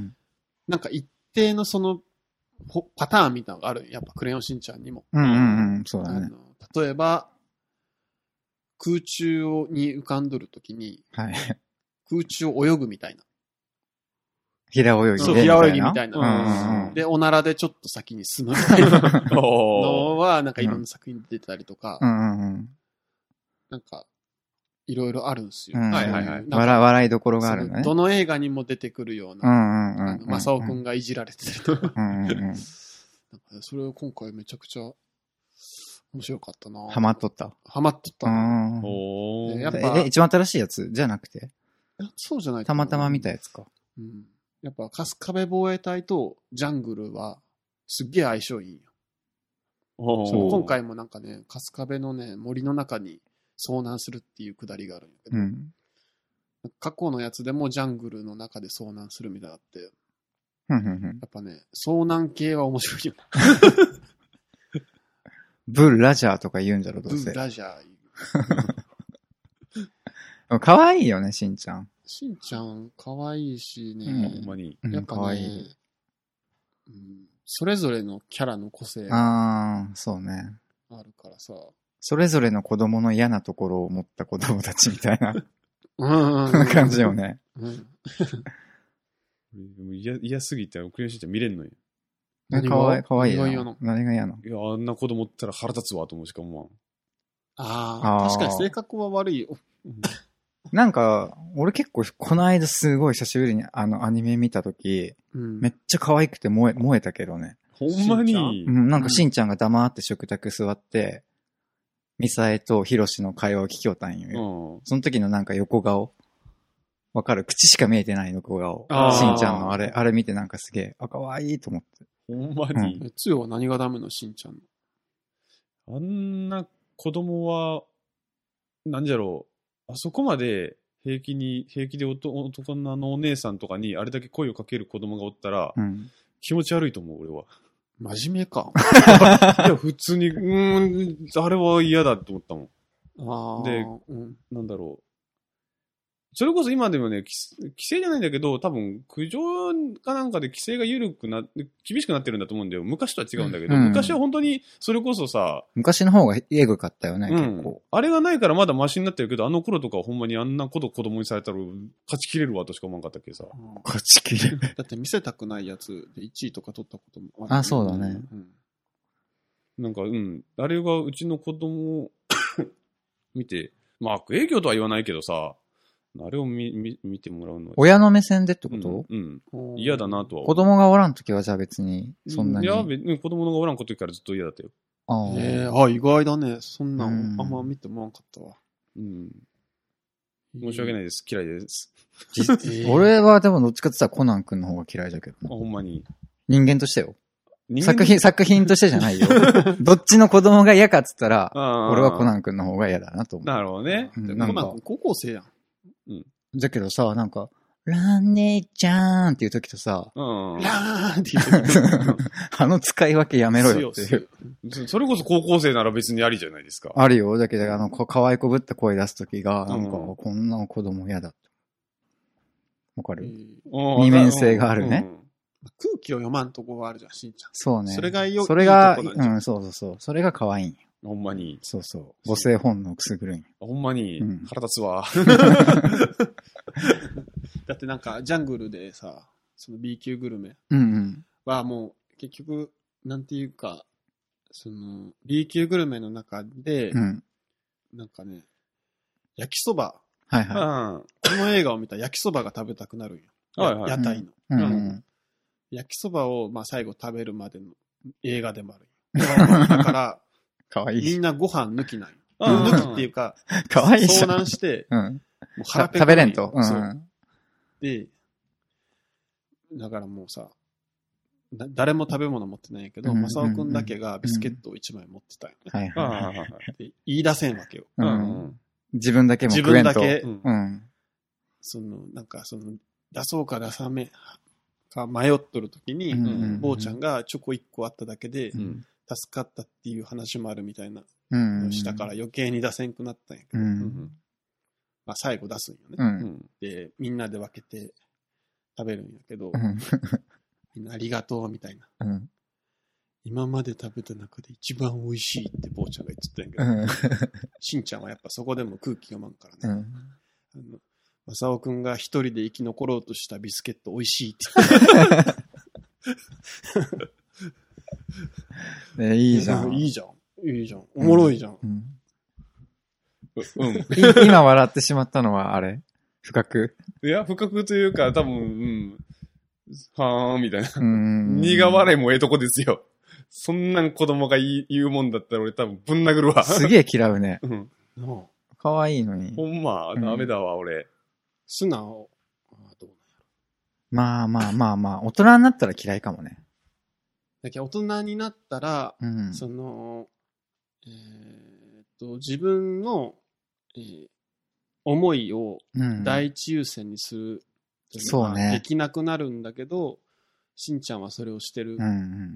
なんか一定のそのパターンみたいなのがある。やっぱクレヨンしんちゃんにも。 うんうんうん、そうだね。 あの例えば、空中に浮かんどるときに、 はい、 空中を泳ぐみたいな。 平泳ぎそう、平泳ぎみたいな。 うんうん、 で、おならでちょっと先に進むみたいなのは、なんかいろんな作品で出てたりとか、 うんうんうん、 なんか、いろいろあるんですよ。 うん、 はいはいはい。 笑, 笑いどころがあるね。 どの映画にも出てくるような、 うんうんうんうん、 マサオくんがいじられてるとか。 うんうんうん、なんかそれを今回めちゃくちゃ面白かったな。 ハマっとった。 ハマっとったな。 おやっぱえ、一番新しいやつじゃなくてそうじゃないたまたま見たやつか。 うん。やっぱ、春日部防衛隊とジャングルは、すっげえ相性いいよ。そう今回もなんかね、春日部のね、森の中に遭難するっていうくだりがあるんだけど、うん、過去のやつでもジャングルの中で遭難するみたいなって、やっぱね、遭難系は面白いよな。 ブーラジャーとか言うんじゃろ、どうせ。 ブーラジャー。かわいいよね、しんちゃん。 しんちゃん、かわいいしね。 ほんまに。 やっぱね、 かわいい、 うん。それぞれのキャラの個性が。ああ、そうね。 あるからさ。 それぞれの子供の嫌なところを持った子供たちみたいなうんうん感じよね。 嫌、嫌すぎて、クレヨンしんちゃん見れんのよ。 かわいい、かわいいな。 何が嫌なの？ いや、あんな子供ったら腹立つわと思うしかも。 ああ、確かに性格は悪いよ。 なんか、俺結構、この間すごい久しぶりにあのアニメ見たとき、うん、めっちゃ可愛くて燃え、燃えたけどね。 ほんまにうん、なんかしんちゃんが黙って食卓座って、ミサエとヒロシの会話を聞きよったんよ。うん、その時のなんか横顔。わかる？口しか見えてない横顔。しんちゃんのあれ、あれ見てなんかすげえ、あ、可愛いと思って。 ほんまに、 うん、つよは何がダメのしんちゃんの？ あんな子供は、なんじゃろう。あそこまで平気に、平気で男のお姉さんとかにあれだけ声をかける子供がおったら、うん、気持ち悪いと思う、俺は。 真面目か。 いや、普通に、うーん、あれは嫌だって思ったもん。 あで、うん、なんだろう。それこそ今でもね、規制じゃないんだけど、多分、苦情かなんかで規制が緩くなって、厳しくなってるんだと思うんだよ。昔とは違うんだけど、うん、昔は本当に、それこそさ、 昔の方がエグかったよね、 うん、 結構。 あれがないからまだマシになってるけど、あの頃とかはほんまにあんなこと子供にされたら、勝ち切れるわとしか思わんかったっけさ。 勝ち切れるだって見せたくないやつでいちいとか取ったこともある、 ね。あ、そうだね。 うん、なんか、うん。あれがうちの子供を見て、まあ悪影響とは言わないけどさ、あれを見、見、見てもらうのは。 親の目線でってこと？ うん。うん、嫌だなとは。 子供がおらんときはじゃあ別に、そんなに。 いや、別に子供がおらんことからずっと嫌だったよ。 あえー、あ、意外だね。そんなんあんま見てもらんかったわ。 うん。申し訳ないです。嫌いです。 えー、俺はでもどっちかって言ったらコナン君の方が嫌いだけど。 あ、ほんまに。 人間としてよ。作品、作品としてじゃないよ。どっちの子供が嫌かっつったら、俺はコナン君の方が嫌だなと思う。 なるほどね。 うん、コナン君高校生やん。 うん。だけどさ、なんか、 ランネちゃーんっていう時とさ、 うん。 ラーンっていう時。 あの使い分けやめろよっていう。 それこそ高校生なら別にありじゃないですか。 あるよ。だけど、あの、可愛いこぶった声出す時が、なんか、うん、こんな子供嫌だって。わかる、えー、二面性があるね、うん。 空気を読まんとこがあるじゃん、しんちゃん。 そうね。 それがよそれが、いいうん、そうそうそう。それが可愛いんよ。 ほんまに。 そうそう。母性本能くすぐるんよ。 ほんまに。うん、腹立つわ。 だってなんか、ジャングルでさ、その B 級グルメはもう、結局、なんていうか、その B 級グルメの中で、うん、なんかね、焼きそば。 はいはい。この映画を見たら焼きそばが食べたくなるんよ。はいはい、屋台の。 うんうん、 焼きそばをまあ最後食べるまでの映画でもあるよ。だから、 かわいいみんなご飯抜きない。抜きっていうか、 かわいい遭難して、うん、もう腹ペコ食べれんと。 うん、で、だからもうさ、誰も食べ物持ってないけど、マサオくんだけがビスケットを一枚持ってたよね。 はいはいはい。 で言い出せんわけよ。 うん、自分だけも食えんと。 自分だけ、 うん、 その、なんかその、出そうか出さめか迷っとるときに、うんうん、坊ちゃんがチョコいっこあっただけで、助かったっていう話もあるみたいなのをしたから余計に出せんくなったんやけど、 うんまあ、最後出すんよね、 うん。 で、みんなで分けて食べるんやけど、 うん、 みんなありがとうみたいな。 うん、 今まで食べた中で一番美味しいって坊ちゃんが言ってたんやけど、うん、しんちゃんはやっぱそこでも空気読まんからね。うん、あのマサオくんが一人で生き残ろうとしたビスケット美味しいってね、いいじゃん。 いいじゃん。いいじゃん。おもろいじゃん。 うんうん、今笑ってしまったのはあれ不覚いや、不覚というか多分、うん、はーんみたいな。苦笑いもええとこですよ。そんなん子供が言うもんだったら俺多分ぶん殴るわ。 すげえ嫌うね。 うん。 かわいいのに。 ほんま、ダメだわ、うん、俺。 素直。あどうなんやろ。 まあまあまあまあ、大人になったら嫌いかもね。 だけど大人になったら、 うん、 その、えー、っと、自分の、えー、思いを第一優先にするっていうのはできなくなるんだけど、うんね、しんちゃんはそれをしてる。 うんうん。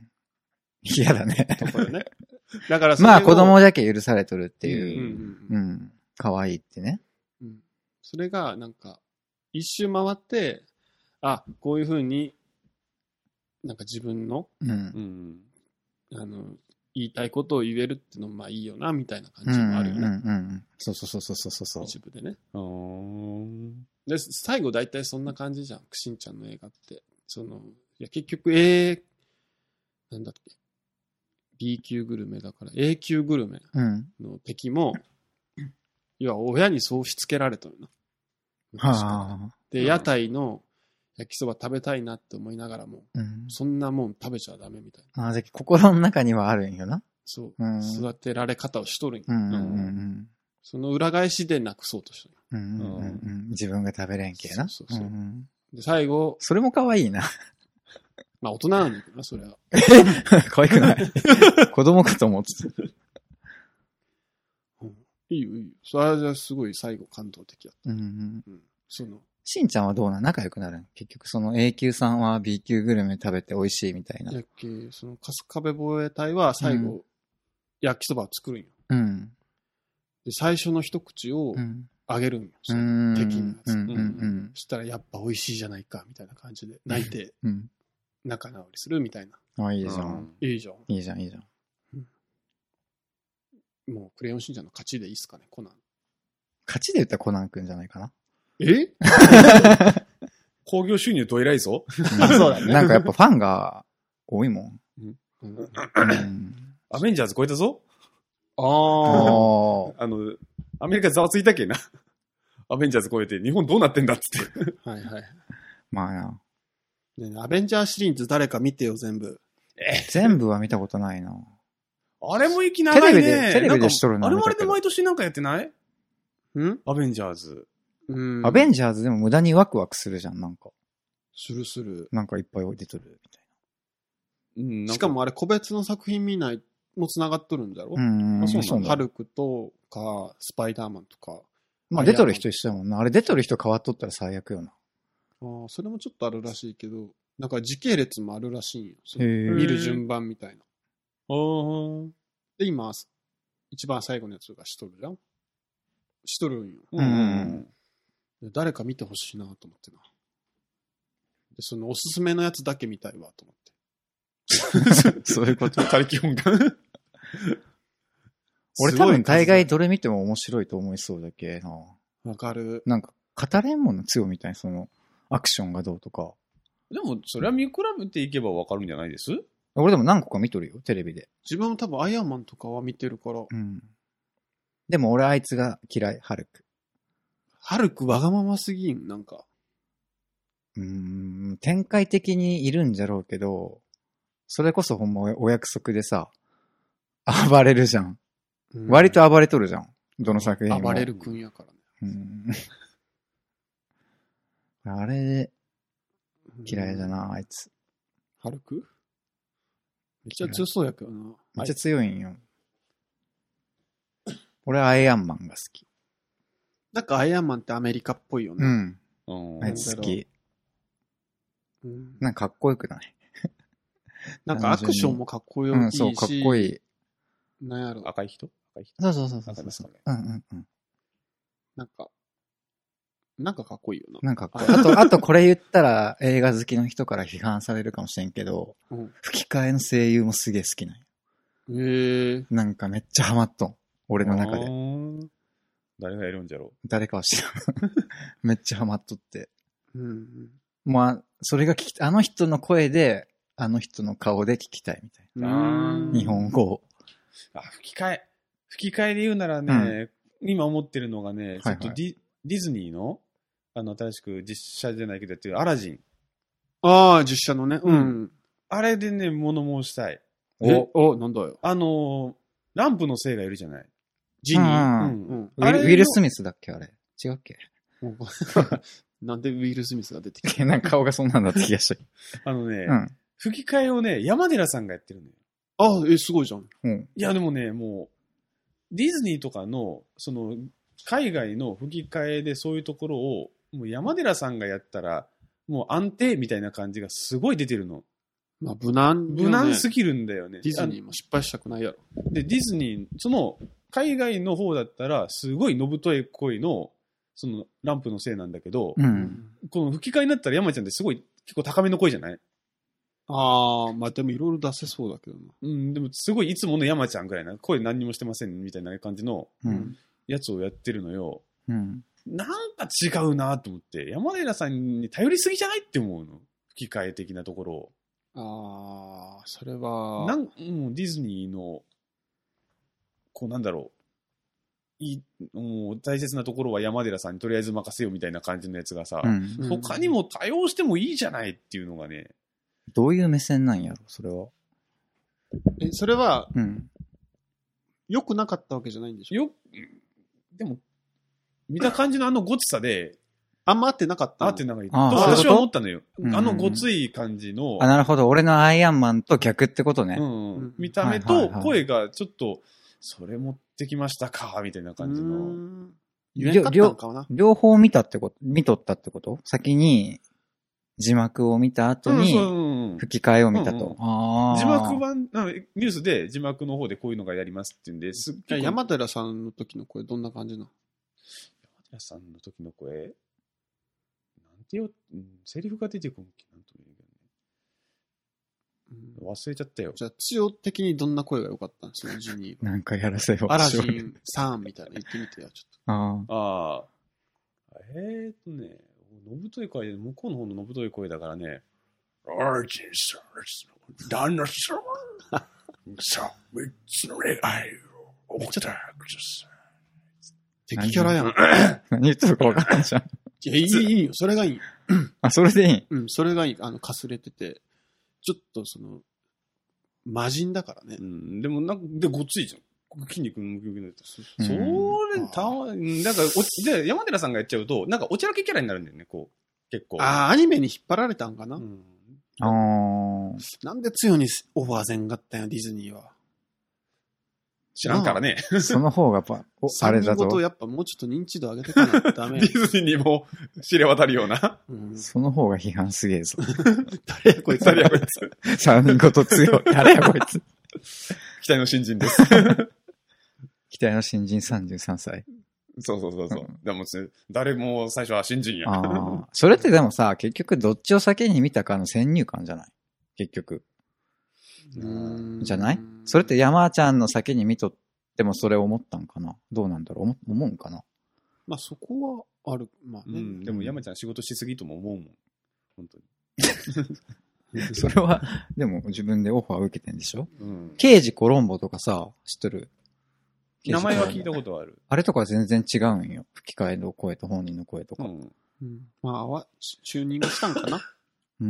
嫌だね。 ところね。だからまあ子供だけ許されとるっていう。うん、うんうん。可愛いってね。 うん。それがなんか、一周回って、あ、こういうふうに、なんか自分の、 うん、 あの、言いたいことを言えるっていうのもまあいいよな、みたいな感じもあるよね。 うんうんうん、そうそうそうそうそうそう。 一部でね。で、最後大体そんな感じじゃん、しんちゃんの映画って。その、いや結局、えー、なんだっけ、B 級グルメだから、A 級グルメの敵も、うん、いや、親にそうしつけられたのな。 はあ、 で、屋台の焼きそば食べたいなって思いながらも、 うん、 そんなもん食べちゃダメみたいな。 ああ、じゃ心の中にはあるんよな。 そう。うん、育てられ方をしとるんよ。 うんうんうん、 その裏返しでなくそうとした、 うんうんうんうん。自分が食べれんけな。 そうそうそう、うんうん。で、最後。 それも可愛いな。 まあ大人なんだけどな、それは。 可愛くない。子供かと思ってた。 うん、いいよ、いいよ。それはじゃすごい最後感動的だった。 うんうんうん。 その。 しんちゃんはどうなん仲良くなるん結局その A 級さんは B 級グルメ食べて美味しいみたいな。 やっけ、その春日部防衛隊は最後、うん、焼きそばを作るんよ。 うん。 で、最初の一口をあげるんよ。うん、その敵のやつ。 うんうんうん。 そしたらやっぱ美味しいじゃないか、みたいな感じで泣いて、仲直りするみたいな。 あ、いいじゃん。 いいじゃん。 いいじゃん、いいじゃん。 うん、もうクレヨンしんちゃんの勝ちでいいっすかね、コナン。 勝ちで言ったらコナンくんじゃないかな。 え興行収入と偉いぞ。 あ、そうだね。なんかやっぱファンが多いもん。 うんうん、 アベンジャーズ超えたぞ。 ああ。 あの、アメリカざわついたっけな。アベンジャーズ超えて日本どうなってんだっつって。 はいはい。 まあな。 ね、アベンジャーシリーズ誰か見てよ、全部。 え全部は見たことないな。 あれも息長いね。 テレビで、テレビでしとるの。 あれもあれで毎年なんかやってない？ ん？ アベンジャーズ。 うん。 アベンジャーズでも無駄にワクワクするじゃん、なんか。 するする。 なんかいっぱい出とるみたいな。うん。しかもあれ個別の作品見ないも繋がっとるんだろ？ うん。 あ、そうなの？ハルクとか、スパイダーマンとか。 まあ出とる人一緒だもんな。あれ出とる人変わっとったら最悪よな。 ああ、それもちょっとあるらしいけど、なんか時系列もあるらしいんよ。その見る順番みたいな。で、今、一番最後のやつがしとるじゃんしとるんよ。 うん。 で誰か見てほしいなと思ってな。で、そのおすすめのやつだけ見たいわと思って。 そういうこと他力本願俺多分大概どれ見ても面白いと思いそうだけな。 わかる。 なんか語れんもんの強みたいな、そのアクションがどうとか。 でもそれは見比べていけばわかるんじゃないです？ 俺でも何個か見とるよ、テレビで。 自分も多分アイアンマンとかは見てるから。 うん。でも俺あいつが嫌い、ハルク。 ハルクわがまますぎん、なんか。 うーん、展開的にいるんじゃろうけど、それこそほんまお約束でさ、暴れるじゃん。うん、割と暴れとるじゃん。どの作品も。 暴れる君やからね。 うん、あれ、嫌いだな、あいつ。 ハルクめっちゃ強そうやけどな。 めっちゃ強いんよ。俺はアイアンマンが好き。 なんかアイアンマンってアメリカっぽいよね。 うん。あいつ好き。うん、なんかかっこよくない？ なんかアクションもかっこよいし。うん、 そう、かっこいい。 なんやろ。 赤い人赤い人そうそうそうそう。そう、うんうんうん。 なんか、なんかかっこいいよな。 なんかかっこいい。あと、あとこれ言ったら映画好きの人から批判されるかもしれんけど、うん、吹き替えの声優もすげえ好きなんよ。 へえ。 なんかめっちゃハマっとん。俺の中で。 誰がやるんじゃろう。 誰かは知らん。めっちゃハマっとって。 うんうん、 まあ、それが聞きたい。あの人の声で、あの人の顔で聞きたいみたいな。日本語を。 あ、吹き替え。吹き替えで言うならね、うん、今思ってるのがね、ちょっとディ、はいはい、ディズニーの、あの、新しく実写じゃないけどやってるアラジン。 ああ、実写のね。うん。 あれでね、物申したい。 お、お、なんだよ。 あの、ランプの精がいるじゃない。ジニー。 うんうん、ウィル・スミスだっけあれ。違うっけなんでウィル・スミスが出てきたなんか顔がそんなんだった気がした。 あのね、うん、吹き替えをね、山寺さんがやってるのよ。 ああ、え、すごいじゃん。 うん、 いや、でもね、もう、ディズニーとかの、その、海外の吹き替えでそういうところを、もう山寺さんがやったら、もう安定みたいな感じがすごい出てるの。 まあ、無難、 ね。無難すぎるんだよね。 ディズニーも失敗したくないやろ。 で、ディズニー、その、海外の方だったら、すごいのぶとい声の、その、ランプのせいなんだけど、 うん、 この吹き替えになったら山ちゃんってすごい、結構高めの声じゃない？ ああ、まあでもいろいろ出せそうだけどな。 うん、でもすごいいつもの山ちゃんぐらいな、声何にもしてませんみたいな感じの、やつをやってるのよ。 うん、 なんか違うなと思って、山寺さんに頼りすぎじゃないって思うの。吹き替え的なところを。 ああ、それは。 なん、もうディズニーの、こうなんだろう。いもう大切なところは山寺さんにとりあえず任せようみたいな感じのやつがさ、うん、他にも多用してもいいじゃないっていうのがね。 どういう目線なんやろ、それは。 え、それは、 うん、 良くなかったわけじゃないんでしょ？ よ、でも、見た感じのあのごつさで、 あんま合ってなかった合ってなかった。と私は思ったのよ。あのごつい感じの。 あ、なるほど。俺のアイアンマンと逆ってことね。 うん。見た目と声がちょっと、それ持ってきましたか、みたいな感じの。 言えなかったのかな？ 両方見たってこと、見とったってこと？先に字幕を見た後に吹き替えを見たと。あ字幕版、ニュースで字幕の方でこういうのがやりますって言うんです。 山寺さんの時の声どんな感じなの？ 山寺さんの時の声なんてよ、うん、セリフが出てこんきなんとも言うけどね。忘れちゃったよ。 じゃあ、千代的にどんな声が良かったんですか、ジニーは。なんかやらせよ。 アラジンさんみたいな言ってみてよ、ちょっと。 ああ。ああ。えーっとね、のぶとい声で、向こうの方ののぶとい声だからね。アラジンさん、ダナソー、さ、みっつの願いを、おたくさ。 敵キャラやん。 何言ってるか分かんないじゃん。 いや、いい、いいよ。それがいい。 あ、それでいい？ うん、それがいい。あの、かすれてて。ちょっとその、魔人だからね。 うん、でもなんか、で、ごっついじゃん。筋肉ムキムキになって。それ、たわ、なんか、おで、山寺さんがやっちゃうと、なんかおちゃらけキャラになるんだよね、こう。結構。 ああ、アニメに引っ張られたんかな。うん、 ああ。 なんで強にオファーせんかったんや、ディズニーは。 知らんからね。 その方がパ、あれだと。 さんにんごとやっぱもうちょっと認知度上げてかないとダメ。 ディズニーにも知れ渡るような。 うん、 その方が批判すげえぞ。 誰やこいつ。 誰やこいつ。さんにんごと強い。誰やこいつ。 期待の新人です。 期待の新人さんじゅうさんさい。 そうそうそうそう。うん、でも、誰も最初は新人や。 あそれってでもさ、結局どっちを先に見たかの先入観じゃない結局。じゃないそれって山ちゃんの先に見とってもそれ思ったんかなどうなんだろう思思うんかなまあそこはある。まあね。 うん、でも山ちゃん仕事しすぎとも思うもん。本当に。それは、でも自分でオファー受けてんでしょ、うん、刑事コロンボとかさ、知ってる名前は聞いたことある。 あれとか全然違うんよ。吹き替えの声と本人の声とか。 うんうん、まあ、わチューニングしたんかなうん。うん、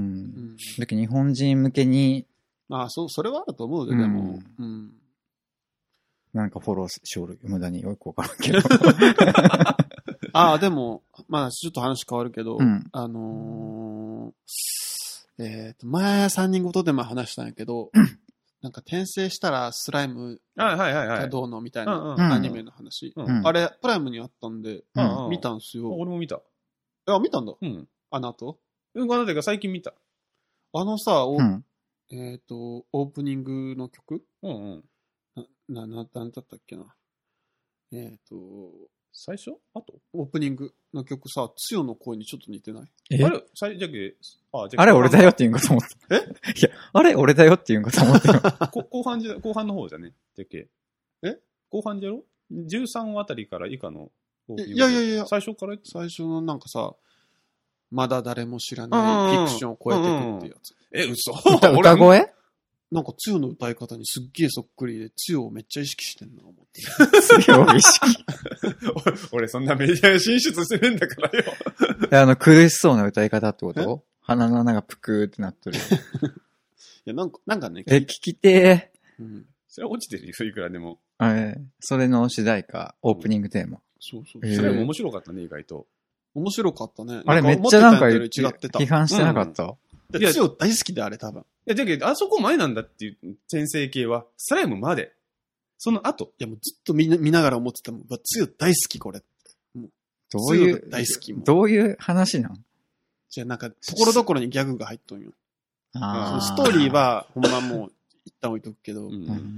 だけど日本人向けに、 まあ、そう、それはあると思うけど、でも、うん。うん、 なんかフォローしおる。無駄によくわからんけど。 ああ、でも、まあ、ちょっと話変わるけど、 うん、 あのー、えっ、ー、と、前さんにんごとでも話したんやけど、なんか転生したらスライムがどうのみたいなアニメの話。あれ、プライムにあったんで、うん、見たんすよ。 俺も見た。 あ、見たんだ。 うん。 あの後うん、あなたが最近見た。 あのさ、 うん、 えっ、ー、と、オープニングの曲うんうん。 な、な、なんだったっけな。えっ、ー、と、 最初あとオープニングの曲さ、つよの声にちょっと似てないえあれ最じゃけ、 あ、じゃあれ俺だよって言うんかと思った。 えいや、あれ俺だよって言うんかと思ったよ。後半じゃ、後半の方じゃねじゃけ。 え後半じゃろ ?じゅうさん あたりから以下の。 いやいやいや、 最初から最初のなんかさ、まだ誰も知らないフィクションを超えてくっていうやつ。 え、嘘歌, 歌声なんか、つよの歌い方にすっげえそっくりで、つよをめっちゃ意識してんな、思って。 つよを意識俺、そんなメディア進出してるんだからよ。 あの、苦しそうな歌い方ってこと鼻の穴がぷくーってなっとる。いや、なんか、なんかね。 え、聞きてー。うん。 それは落ちてるよ、いくらでも。 えー、それの主題歌、オープニングテーマ。 そうそう。 それも面白かったね、意外と。 面白かったね。 あれめっちゃなんか違ってた。 批判してなかった。 うんいや、つよ大好きであれ多分。いや、だけど、あそこ前なんだっていう転生系は、スライムまで。その後。 いや、もうずっと見な見ながら思ってたもん。つよ大好き、これ。もうどういう、 大好きも。 どういう話なんじゃあなんか、ところどころにギャグが入っとんよ。 ああ。 ストーリーは、ほんまもう、一旦置いとくけど、 うん、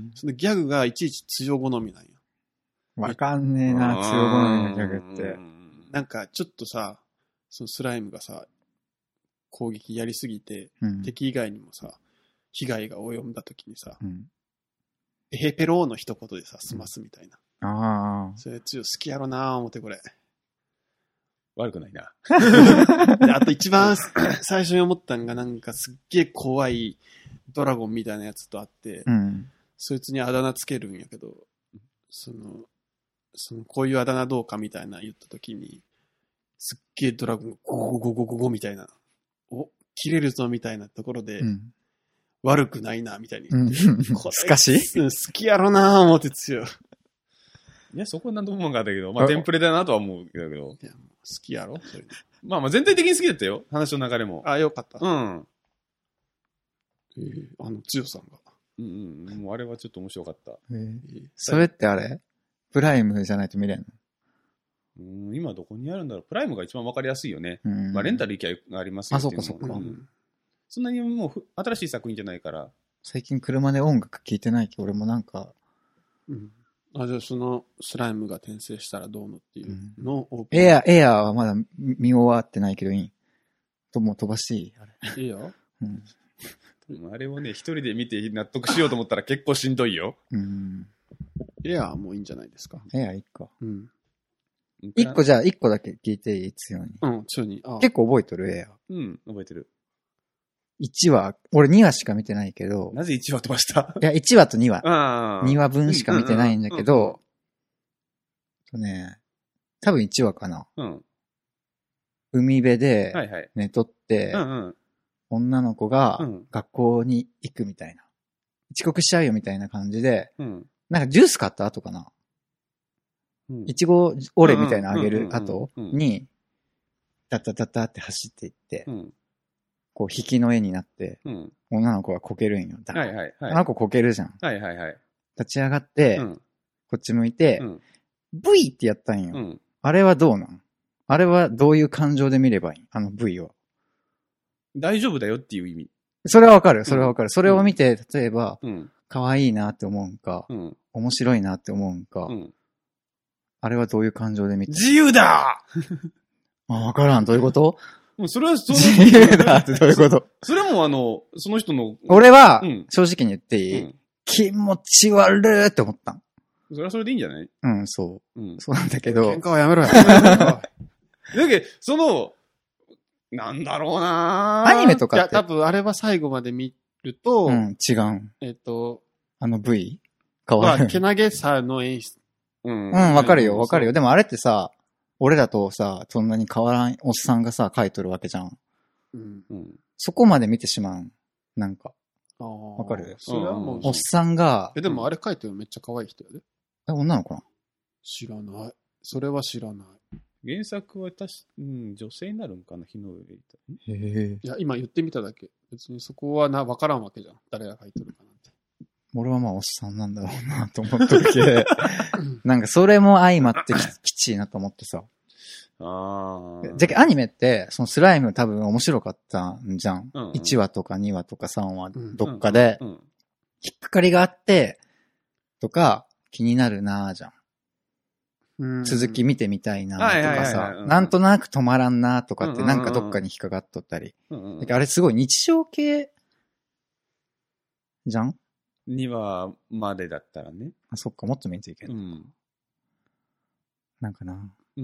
そのギャグがいちいちつよ好みなんよ。 わかんねえな、つよ好みのギャグって。 なんか、ちょっとさ、そのスライムがさ、攻撃やりすぎて、うん、敵以外にもさ、被害が及んだ時にさ、うん、エヘペローの一言でさ、済ますみたいな。 うん、ああ。 それ強い好きやろなぁ思ってこれ。 悪くないな。 あと一番最初に思ったのがなんかすっげえ怖いドラゴンみたいなやつとあって、 うん、 そいつにあだ名つけるんやけど、その、そのこういうあだ名どうかみたいな言った時に、すっげえドラゴンがゴゴゴゴゴゴみたいな。お、切れるぞみたいなところで、うん、悪くないなみたいに言って、 うん、これすかし好きやろなぁ思って強い。 いや、そこは何とも思わんかったけど、まあテンプレだなとは思うけど。いや、 好きやろそういうの。まあまあ全体的に好きだったよ。話の流れも。 あ、よかった。 うん。 えー、あの、強さんが。 うんうん。もうあれはちょっと面白かった。 えー、それってあれプライムじゃないと見れんのうん今どこにあるんだろう。プライムが一番わかりやすいよね。 うん、 まあレンタル行きゃありますよ。 あ、そっかそっか、 うん。そんなにもう新しい作品じゃないから。 最近車で音楽聴いてないけど、俺もなんか。 うん。あ、じゃあそのスライムが転生したらどうのっていうのを、 うん、エア、エアはまだ見終わってないけどいいともう飛ばしていいあれ。いいよ。 うん。 あれをね、一人で見て納得しようと思ったら結構しんどいよ。 うん。 エアはもういいんじゃないですか。 エア一個。 うん。 一個じゃあ一個だけ聞いていい強に。 うん、強に。ああ結構覚えとるエア。 うん、覚えてる。 いちわ、俺にわしか見てないけど。 なぜいちわ飛ばしたいや、いちわとにわ。 あにわ分しか見てないんだけど、とね、多分いちわかな。 うん。 海辺ではいはい、 寝とって、 うんうん、 女の子がうん学校に行くみたいな。遅刻しちゃうよみたいな感じで、 うん、 なんかジュース買った後かな。いちごオレみたいなのあげる後に、ダッダッダッダって走っていって、 うん、 こう引きの絵になって、 うん、 女の子がこけるんよ。 はいはいはい、 あの子こけるじゃん。 はいはいはい、 立ち上がって、 うん、 こっち向いて、 うん、 ブイってやったんよ、 うん。 あれはどうなん？あれはどういう感情で見ればいい？あの ブイ は。 大丈夫だよっていう意味。 それはわかる、それはわかる。うん、それを見て、例えば、 うん、 可愛いなって思うんか、うん、面白いなって思うんか、うん、あれはどういう感情で見て？ 自由だあ、わからん。どういうこと？ もうそれはその自由だってどういうこと？ それもあの、その人の。 俺は、正直に言っていい、うん、気持ち悪ーって思ったん。 それはそれでいいんじゃない？ うん、そう。うん、そうなんだけど。 喧嘩はやめろよ。 だけど、その、なんだろうなアニメとかって。 いや、多分あれは最後まで見ると、 うん、違う。 えっと、 あの ブイ？ 変わる。 けなげさの演出。 うん、うん、わかるよ、わかるよ。でもあれってさ、俺らとさ、そんなに変わらんおっさんがさ、書いとるわけじゃん。 うんうん、 そこまで見てしまう。なんか。わかる？ それはもう。 おっさんが。 え、でもあれ書いてるのめっちゃ可愛い人やで。 え、女の子なの？ 知らない。それは知らない。 原作はたし、うん、女性になるんかな、日の上でいた。へえ。 いや、今言ってみただけ。別にそこはな、わからんわけじゃん。誰が書いてるかなんて。 俺はまあおっさんなんだろうなと思っとるけなんかそれも相まってき、きちいなと思ってさ。 ああ。 じゃアニメって、そのスライム多分面白かったんじゃん。うんうん、いちわとかにわとかさんわどっかで、引っかかりがあって、とか、気になるなぁじゃん。うん続き見てみたいなとかさ、なんとなく止まらんなとかってなんかどっかに引っかかっとったり。うんうんうん、あれすごい日常系じゃん？ にわまでだったらね。 あ、そっか、もっと見ていける。うん。なんかな。 うん。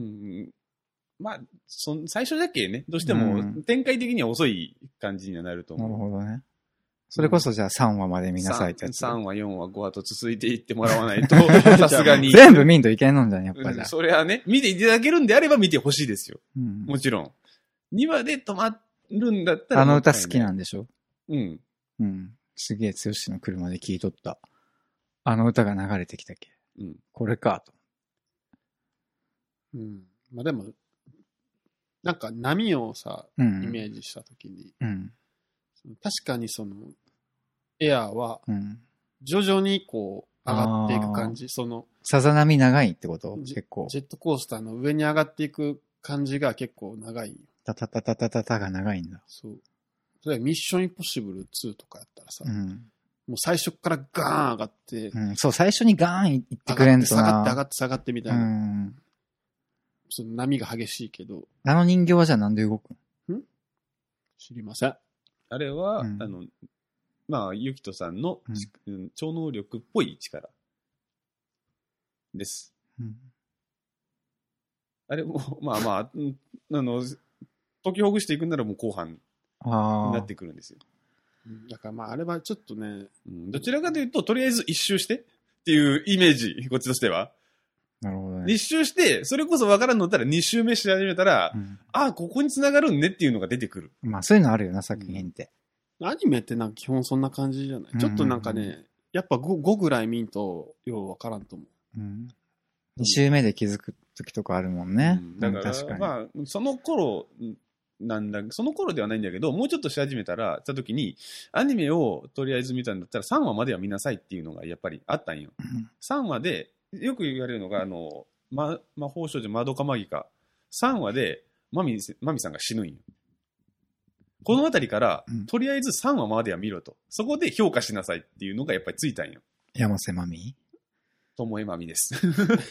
まあ、そ最初だけね、どうしても展開的には遅い感じにはなると思う。 うん、なるほどね。それこそじゃあさんわまで見なさいってやつ。 さんわ、よんわ、ごわと続いていってもらわないと、さすがに。 全部見んといけんのんじゃん、やっぱじゃ、うん。 それはね、見ていただけるんであれば見てほしいですよ。うん、もちろん。にわで止まるんだったら。 あの歌好きなんでしょ？ うん。 うん。すげえ剛の車で聴いとった。あの歌が流れてきたっけ。うん。これかと。 うん。まあでも、なんか波をさ、うん、イメージしたときに、うん、確かにその、エアーは、徐々にこう、上がっていく感じ、うん、その、 さざ波長いってこと結構。 ジェットコースターの上に上がっていく感じが結構長い。 タタタタタタタが長いんだ。 そう。それミッションインポッシブルツーとかやったらさ、うん、もう最初からガーン上がって、 うん、そう、最初にガーンいってくれんとな。 下がって上がって下がってみたいな。うん、その波が激しいけど。 あの人形はじゃあなんで動くん？ん知りません。 あれは、うん、あの、まあ、ゆきとさんの、うん、超能力っぽい力です。うん、あれも、まあまあ、あの、解きほぐしていくんならもう後半になってくるんですよ。 だからまあ、あれはちょっとね、 うん、どちらかというと、とりあえず一周してっていうイメージ、こっちとしては。 なるほどね。 一周して、それこそ分からんのったら二周目し始めたら、うん、ああ、ここに繋がるんねっていうのが出てくる。 まあそういうのあるよな、作品って。 うん、アニメってなんか基本そんな感じじゃない、うん、ちょっとなんかね、やっぱ 5, ごぐらい見んとよう分からんと思う。うん、 二周目で気づく時とかあるもんね。うん、 だから、確かにまあ、その頃、なんだ、その頃ではないんだけど、もうちょっとし始めたら、た時に、アニメをとりあえず見たんだったらさんわまでは見なさいっていうのがやっぱりあったんよ。うん、さんわで、よく言われるのが、あの、ま、魔法少女まどかマギカ。さんわで、マミ、マミさんが死ぬんよ。このあたりから、うん、とりあえずさんわまでは見ろと。そこで評価しなさいっていうのがやっぱりついたんよ。 山瀬マミ？ ともえまみです。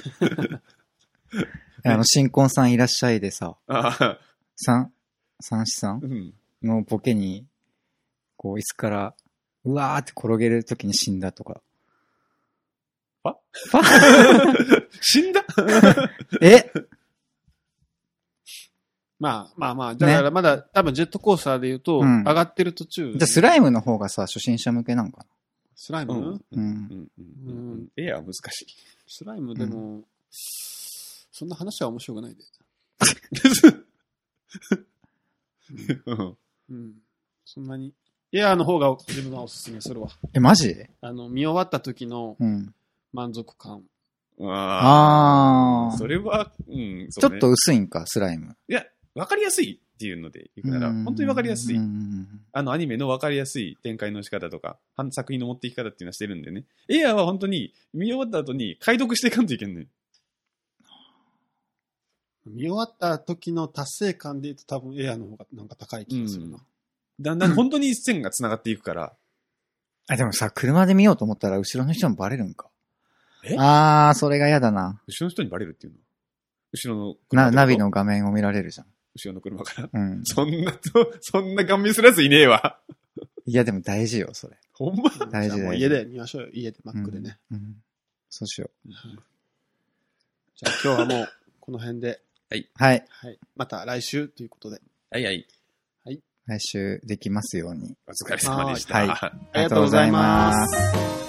あの、新婚さんいらっしゃいでさ、三、三子さんのボケに、こう、椅子から、うわーって転げるときに死んだとか。 パパ死んだえまあまあまあ、だからまだ、ね、多分ジェットコースターで言うと、うん、上がってる途中。 じゃあスライムの方がさ、初心者向けなのかな？ スライム、うんうんうんうん、エアは難しい。 スライムでも、うん、そんな話は面白くないで。うんうん、そんなに。エアーの方が自分はおすすめするわ。 え、マジ？ あの、見終わった時の満足感。 うん、ああ。それは、うん、 ね。ちょっと薄いんか、スライム。 いや、わかりやすい。 っていうので行くなら、本当にわかりやすい。あのアニメのわかりやすい展開の仕方とか、作品の持っていき方っていうのはしてるんでね。エアーは本当に見終わった後に解読していかんといけんねん。 見終わった時の達成感で言うと多分エアーの方がなんか高い気がするな。うん、 だんだん本当に線が繋がっていくから。 あ、でもさ、車で見ようと思ったら後ろの人もバレるんか。えあー、それが嫌だな。 後ろの人にバレるっていうの？後ろの車な、ナビの画面を見られるじゃん。 後ろの車から。 うん。 そんな、そんなガン見するやついねえわ。 いや、でも大事よ、それ。 ほんま大事大事。 家で見ましょうよ。家で、マックでね。 うん。うん、そうしよう。 じゃあ今日はもう、この辺で。 はい。 はい。 はい。また来週ということで。 はいはい。 はい。 来週できますように。 お疲れ様でした。 はい。ありがとうございます。